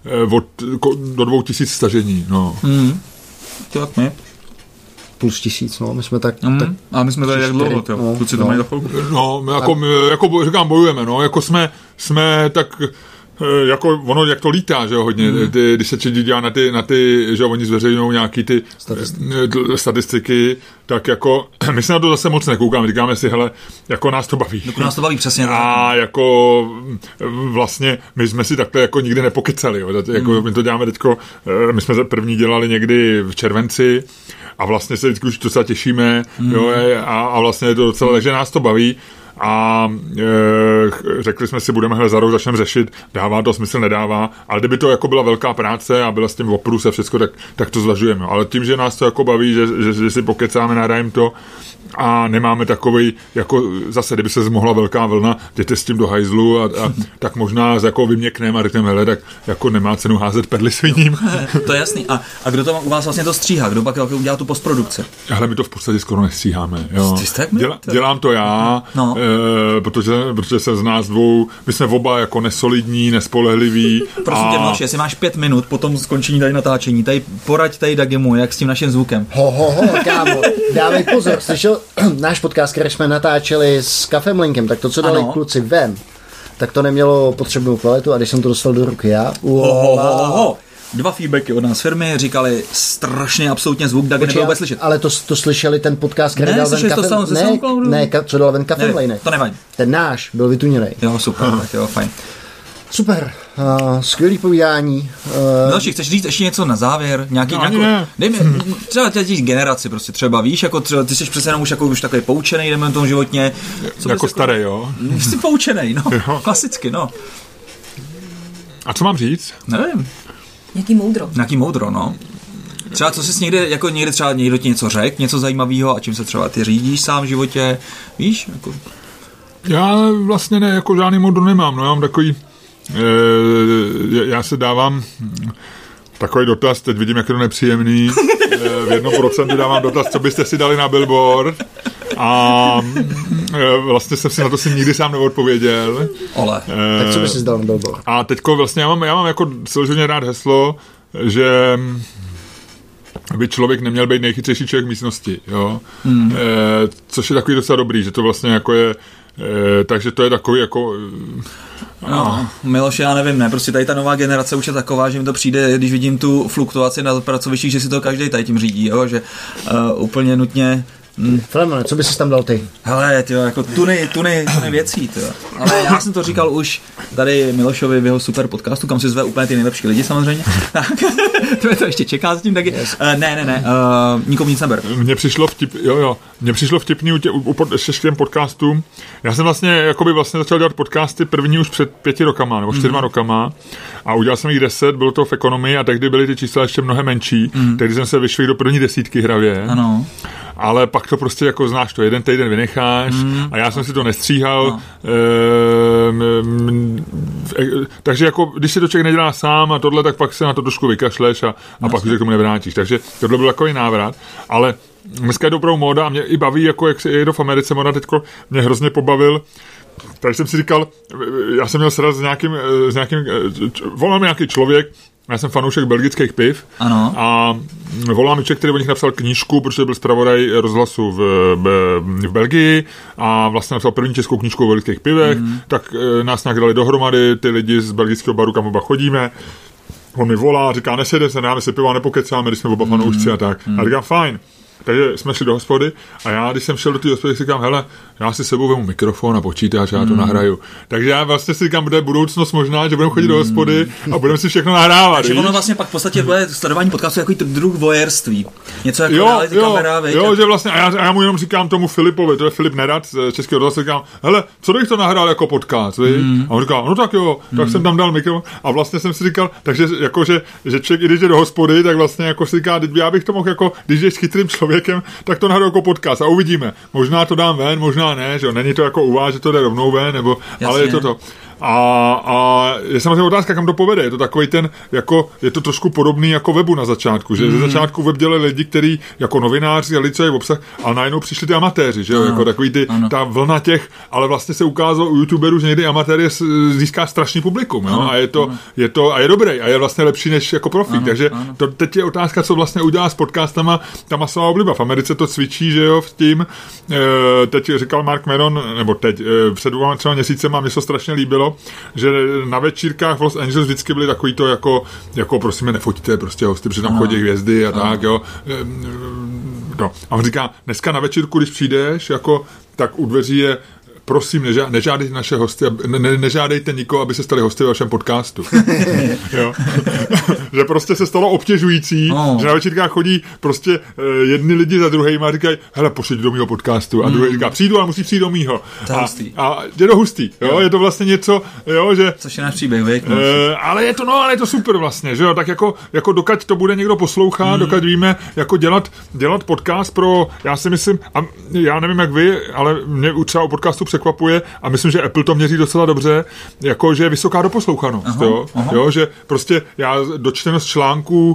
do 2000 stažení, no. Tak ne? Plus 1000, no, my jsme tak... A my jsme tady jak dlouho, jo, kluci to mají za chvilku. No, jako říkám, bojujeme, no, jako jsme tak... Jako ono, jak to lítá, že jo, hodně, když se dělá na ty, že jo, oni zveřejňují nějaký ty statistiky, tak jako, my se na to zase moc nekoukáme, říkáme si, hele, jako nás to baví. No, nás to baví, přesně. A jako vlastně, my jsme si takhle jako nikdy nepokecali, jo, jako my to děláme teďko, my jsme první dělali někdy v červenci a vlastně se vždycky už docela těšíme, jo, a vlastně je to docela, takže nás to baví. A řekli jsme si, budeme za rok začneme řešit, dává to smysl, nedává, ale kdyby to jako byla velká práce a byla s tím oprus a všechno, tak to zvažujeme. Ale tím, že nás to jako baví, že si pokecáme, nahrajeme to a nemáme takovej, jako zase, kdyby se mohla velká vlna, jděte s tím do hajzlu a tak možná jako vyměkneme a řekneme, hele, tak jako nemá cenu házet perly sviním. To je jasný. A kdo to u vás vlastně to stříhá? Kdo pak jako udělá tu postprodukci? Hele, my to v podstatě skoro nestříháme. Jo. Dělám to já, no. Protože se z nás dvou, my jsme oba jako nesolidní, nespolehliví. Prosím tě, Miloši, jestli máš 5 minut po tom skončení tady natáčení, tady poraď tady Dagimu, jak s tím naším zvukem. Kámo, dávej pozor, slyšel náš podcast, který jsme natáčeli s Kafemlinkem, tak to, co dali kluci ven, tak to nemělo potřebnou kvalitu a když jsem to dostal do ruky já, 2 feedbacky od nás firmy říkali strašně absolutně zvuk, Dagi nebyl vůbec slyšet. Ale to slyšeli ten podcast, který dal ven Kafemlinkem. Ne, co dal ven Kafemlinkem. To nevadí. Ten náš byl vytuněnej. Jo, super, tak jo, fajn. Super, skvělý povídání. Další, chceš říct ještě něco na závěr? Třeba těch generaci prostě třeba, víš, jako třeba, ty jsi přece jenom už, jako, už takový poučenej, jdeme na tom životně. Jako starý, jo? Jsi poučenej, no, klasicky, no. A co mám říct? Nevím. Nějaký moudro, no. Třeba co jsi někde třeba někdo ti něco řekl, něco zajímavého a čím se třeba ty řídíš sám v životě, víš? Jako... Já vlastně ne, jako žádný moudro nemám, no já mám takový, já se dávám takový dotaz, teď vidím, jak je to nepříjemný, v 1% dávám dotaz, co byste si dali na billboard a vlastně jsem si na to nikdy sám neodpověděl. Ole. Tak co bys si dal na billboard? A teďko vlastně já mám jako celoživotně rád heslo, že by člověk neměl být nejchytřejší člověk v místnosti, jo. Což je takový docela dobrý, že to vlastně jako je, takže to je takový jako... No, Miloš, já nevím, ne, prostě tady ta nová generace už je taková, že mi to přijde, když vidím tu fluktuaci na pracovištích, že si to každý tady tím řídí, jo, že úplně nutně... Filemone, co bys si tam dal ty? Hele, tyjo, jako tuny věcí, tyjo. Ale já jsem to říkal už tady Milošovi v jeho super podcastu, kam si zve úplně ty nejlepší lidi samozřejmě. Tak, to ještě čeká zatím taky. Yes. Ne, nikomu nic neber. Mně přišlo vtipný ještě k těm podcastům. Já jsem vlastně začal dělat podcasty první už před 5 rokama, nebo 4 rokama a udělal jsem jich 10, bylo to v ekonomii a tehdy byly ty čísla ještě mnohem menší, tehdy jsem se vyšel do první 10 hravě. Ano. Ale pak to prostě jako znáš to, jeden týden vynecháš a já jsem si to nestříhal. Takže jako, když si to člověk nedělá sám a tohle, tak pak se na to trošku vykašleš a pak už se k tomu nevrátíš. Takže tohle byl takový návrat, ale dneska je dobrou móda a mě i baví, jako jak se jde v Americe móda teďko, mě hrozně pobavil. Takže jsem si říkal, já jsem měl sraz s nějakým volal mi nějaký člověk, já jsem fanoušek belgických piv. Ano. A volal mi člověk, který o nich napsal knížku, protože byl zpravodaj rozhlasu v Belgii a vlastně napsal první českou knížku o belgických pivech, tak nás nějak dali dohromady ty lidi z belgického baru, kam oba chodíme. On mi volá, říká, nesede se, dáme si pivo a nepokecáme, když jsme oba fanoušci a tak. A říkám, fajn. takže jsme šli do hospody a já, když jsem šel do té hospody, si říkám, hele, já si sebou vemu mikrofon a počítač a já to nahraju. Takže já vlastně si říkám, bude budoucnost možná, že budeme chodit do hospody a budeme si všechno nahrávat. Takže ono vlastně pak v podstatě bude sledování podcastu jako druh voyeurství. Něco jako reality kamera, jo, že vlastně, a já mu jenom říkám tomu Filipovi, to je Filip Nerad z Českého rozhlasu, říkám, hele, co bych to nahrál jako podcast, a on říká, no tak jo, tak jsem tam dal mikrofon a vlastně jsem si říkal, takže jako, že člověk, i když jde do hospody, tak vlastně jako si říká, já bych to mohl jako, když jdeš s chytrým člověkem, tak to nahrál jako podcast a uvidíme. Možná to dám ven, možná ne, že jo, není to jako u vás, že to jde rovnou ven, nebo, ale je to. A je samozřejmě otázka, kam to povede. Je to takový ten, jako, je to trošku podobný jako webu na začátku, že ze začátku web dělali lidi, kteří jako novináři a lidi, co je v obsah, ale najednou přišli ty amatéři, že jo, jako takový ta vlna těch, ale vlastně se ukázalo u youtuberů, že někdy amatér získá strašný publikum, jo, a je dobrý a je vlastně lepší než jako profík, takže to teď je otázka, co vlastně udělá s podcastama ta masová obliba. V Americe to cvičí, že jo, v tím, teď říkal Mark Maron, nebo teď před 2 měsícema, mě se strašně líbilo, že na večírkách v Los Angeles vždycky byly takový to jako prosím, nefotíte prostě hosty, protože tam chodí hvězdy a tak, jo. No. A on říká, dneska na večírku, když přijdeš, jako, tak u dveří je prosím, nežádejte naše hosty, nežádejte nikoho, aby se stali hosty ve vašem podcastu. Jo. Že prostě se stalo obtěžující, že na večírkách chodí prostě jedni lidi za druhejma a říkají, hele, pošli do mýho podcastu. A druhý říká, přijdu, ale musí přijít do mýho. A je to hustý. Jo? Je to vlastně něco, jo, že... Což je náš příběh, věk. Ale je to super vlastně, že jo, tak jako dokud to bude někdo poslouchat, dokud víme, jako dělat podcast pro, já si myslím, a já nevím jak vy, ale mě třeba u podcastu překvapuje a myslím, že Apple to měří docela dobře, jako že je vysoká doposlouchanost, jo, že prostě já dočtenost článků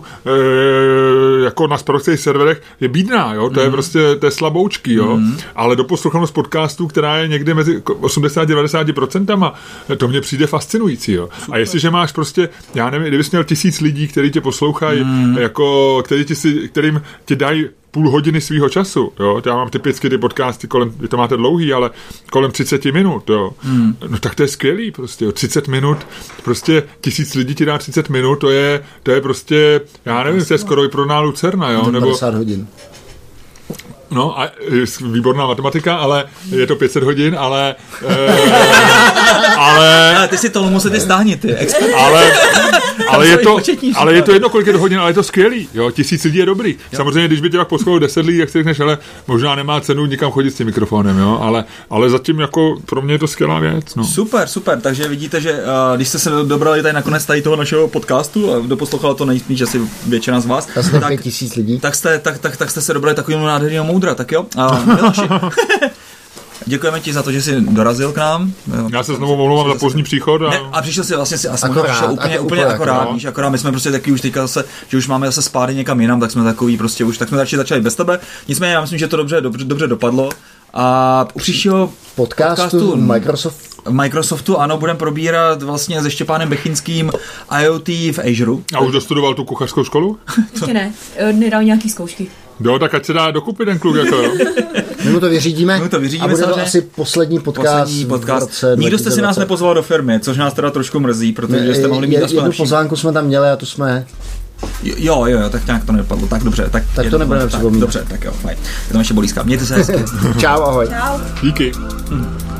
jako na zpravodajských serverech je bídná, jo, to je prostě, to je slaboučký, jo, ale doposlouchanost podcastů, která je někde mezi 80-90%, to mně přijde fascinující, jo. Super. A jestliže máš prostě, já nevím, kdybys měl 1000 lidí, kteří tě poslouchají, jako, kterým ti dají půl hodiny svýho času, jo, já mám typicky ty podcasty vy to máte dlouhý, ale kolem 30 minut, jo, no tak to je skvělý prostě, jo. 30 minut, prostě 1000 lidí ti dá 30 minut, to je prostě, já nevím, to je skoro i pro Lucerna, jo, nebo 50 hodin. No a výborná matematika, ale je to 500 hodin, ale ty si to musíte stáhnit, ty expert. Ale je to jedno, kolik je to hodin, ale je to skvělý, jo, 1000 lidí je dobrý. Jo. Samozřejmě, když by tě pak poslouchalo 10 lidí, jak si řekneš, ale možná nemá cenu nikam chodit s tím mikrofonem, jo, ale zatím jako pro mě je to skvělá věc, no. Super, takže vidíte, že když jste se dobrali tady nakonec tady toho našeho podcastu a doposlouchalo to nejspíš asi většina z vás, tak 5000 lidí. Tak jste se dobrali takovým nádherným moudra, tak jo. Miloši, děkujeme ti za to, že jsi dorazil k nám. Já se znovu omlouvám za pozdní příchod. A přišel si vlastně úplně akorát, víš, akorát my jsme prostě taky už teďka zase, že už máme zase spády někam jinam, tak jsme takový prostě už, tak jsme začali bez tebe. Nicméně já myslím, že to dobře dopadlo. A u příštího podcastu Microsoftu, ano, budeme probírat vlastně se Štěpánem Bechinským IoT v Azure. A už dostudoval tu kuchařskou školu? Ještě ne, nedal nějaký zkoušky. Jo, tak ať se dá dokupy ten kluk, jako jo. My mu to vyřídíme a bude to asi poslední podcast. Nikdo jste si nás nepozval do firmy, což nás teda trošku mrzí, protože jste mohli mít aspoň jednu pozvánku jsme tam měli a tu jsme... Jo, tak nějak to nedopadlo, tak dobře. Tak to nebudeme připomínat. Dobře, tak jo, fajn. Je to naše bolízka. Mějte se hezky. Čau, ahoj. Čau. Díky.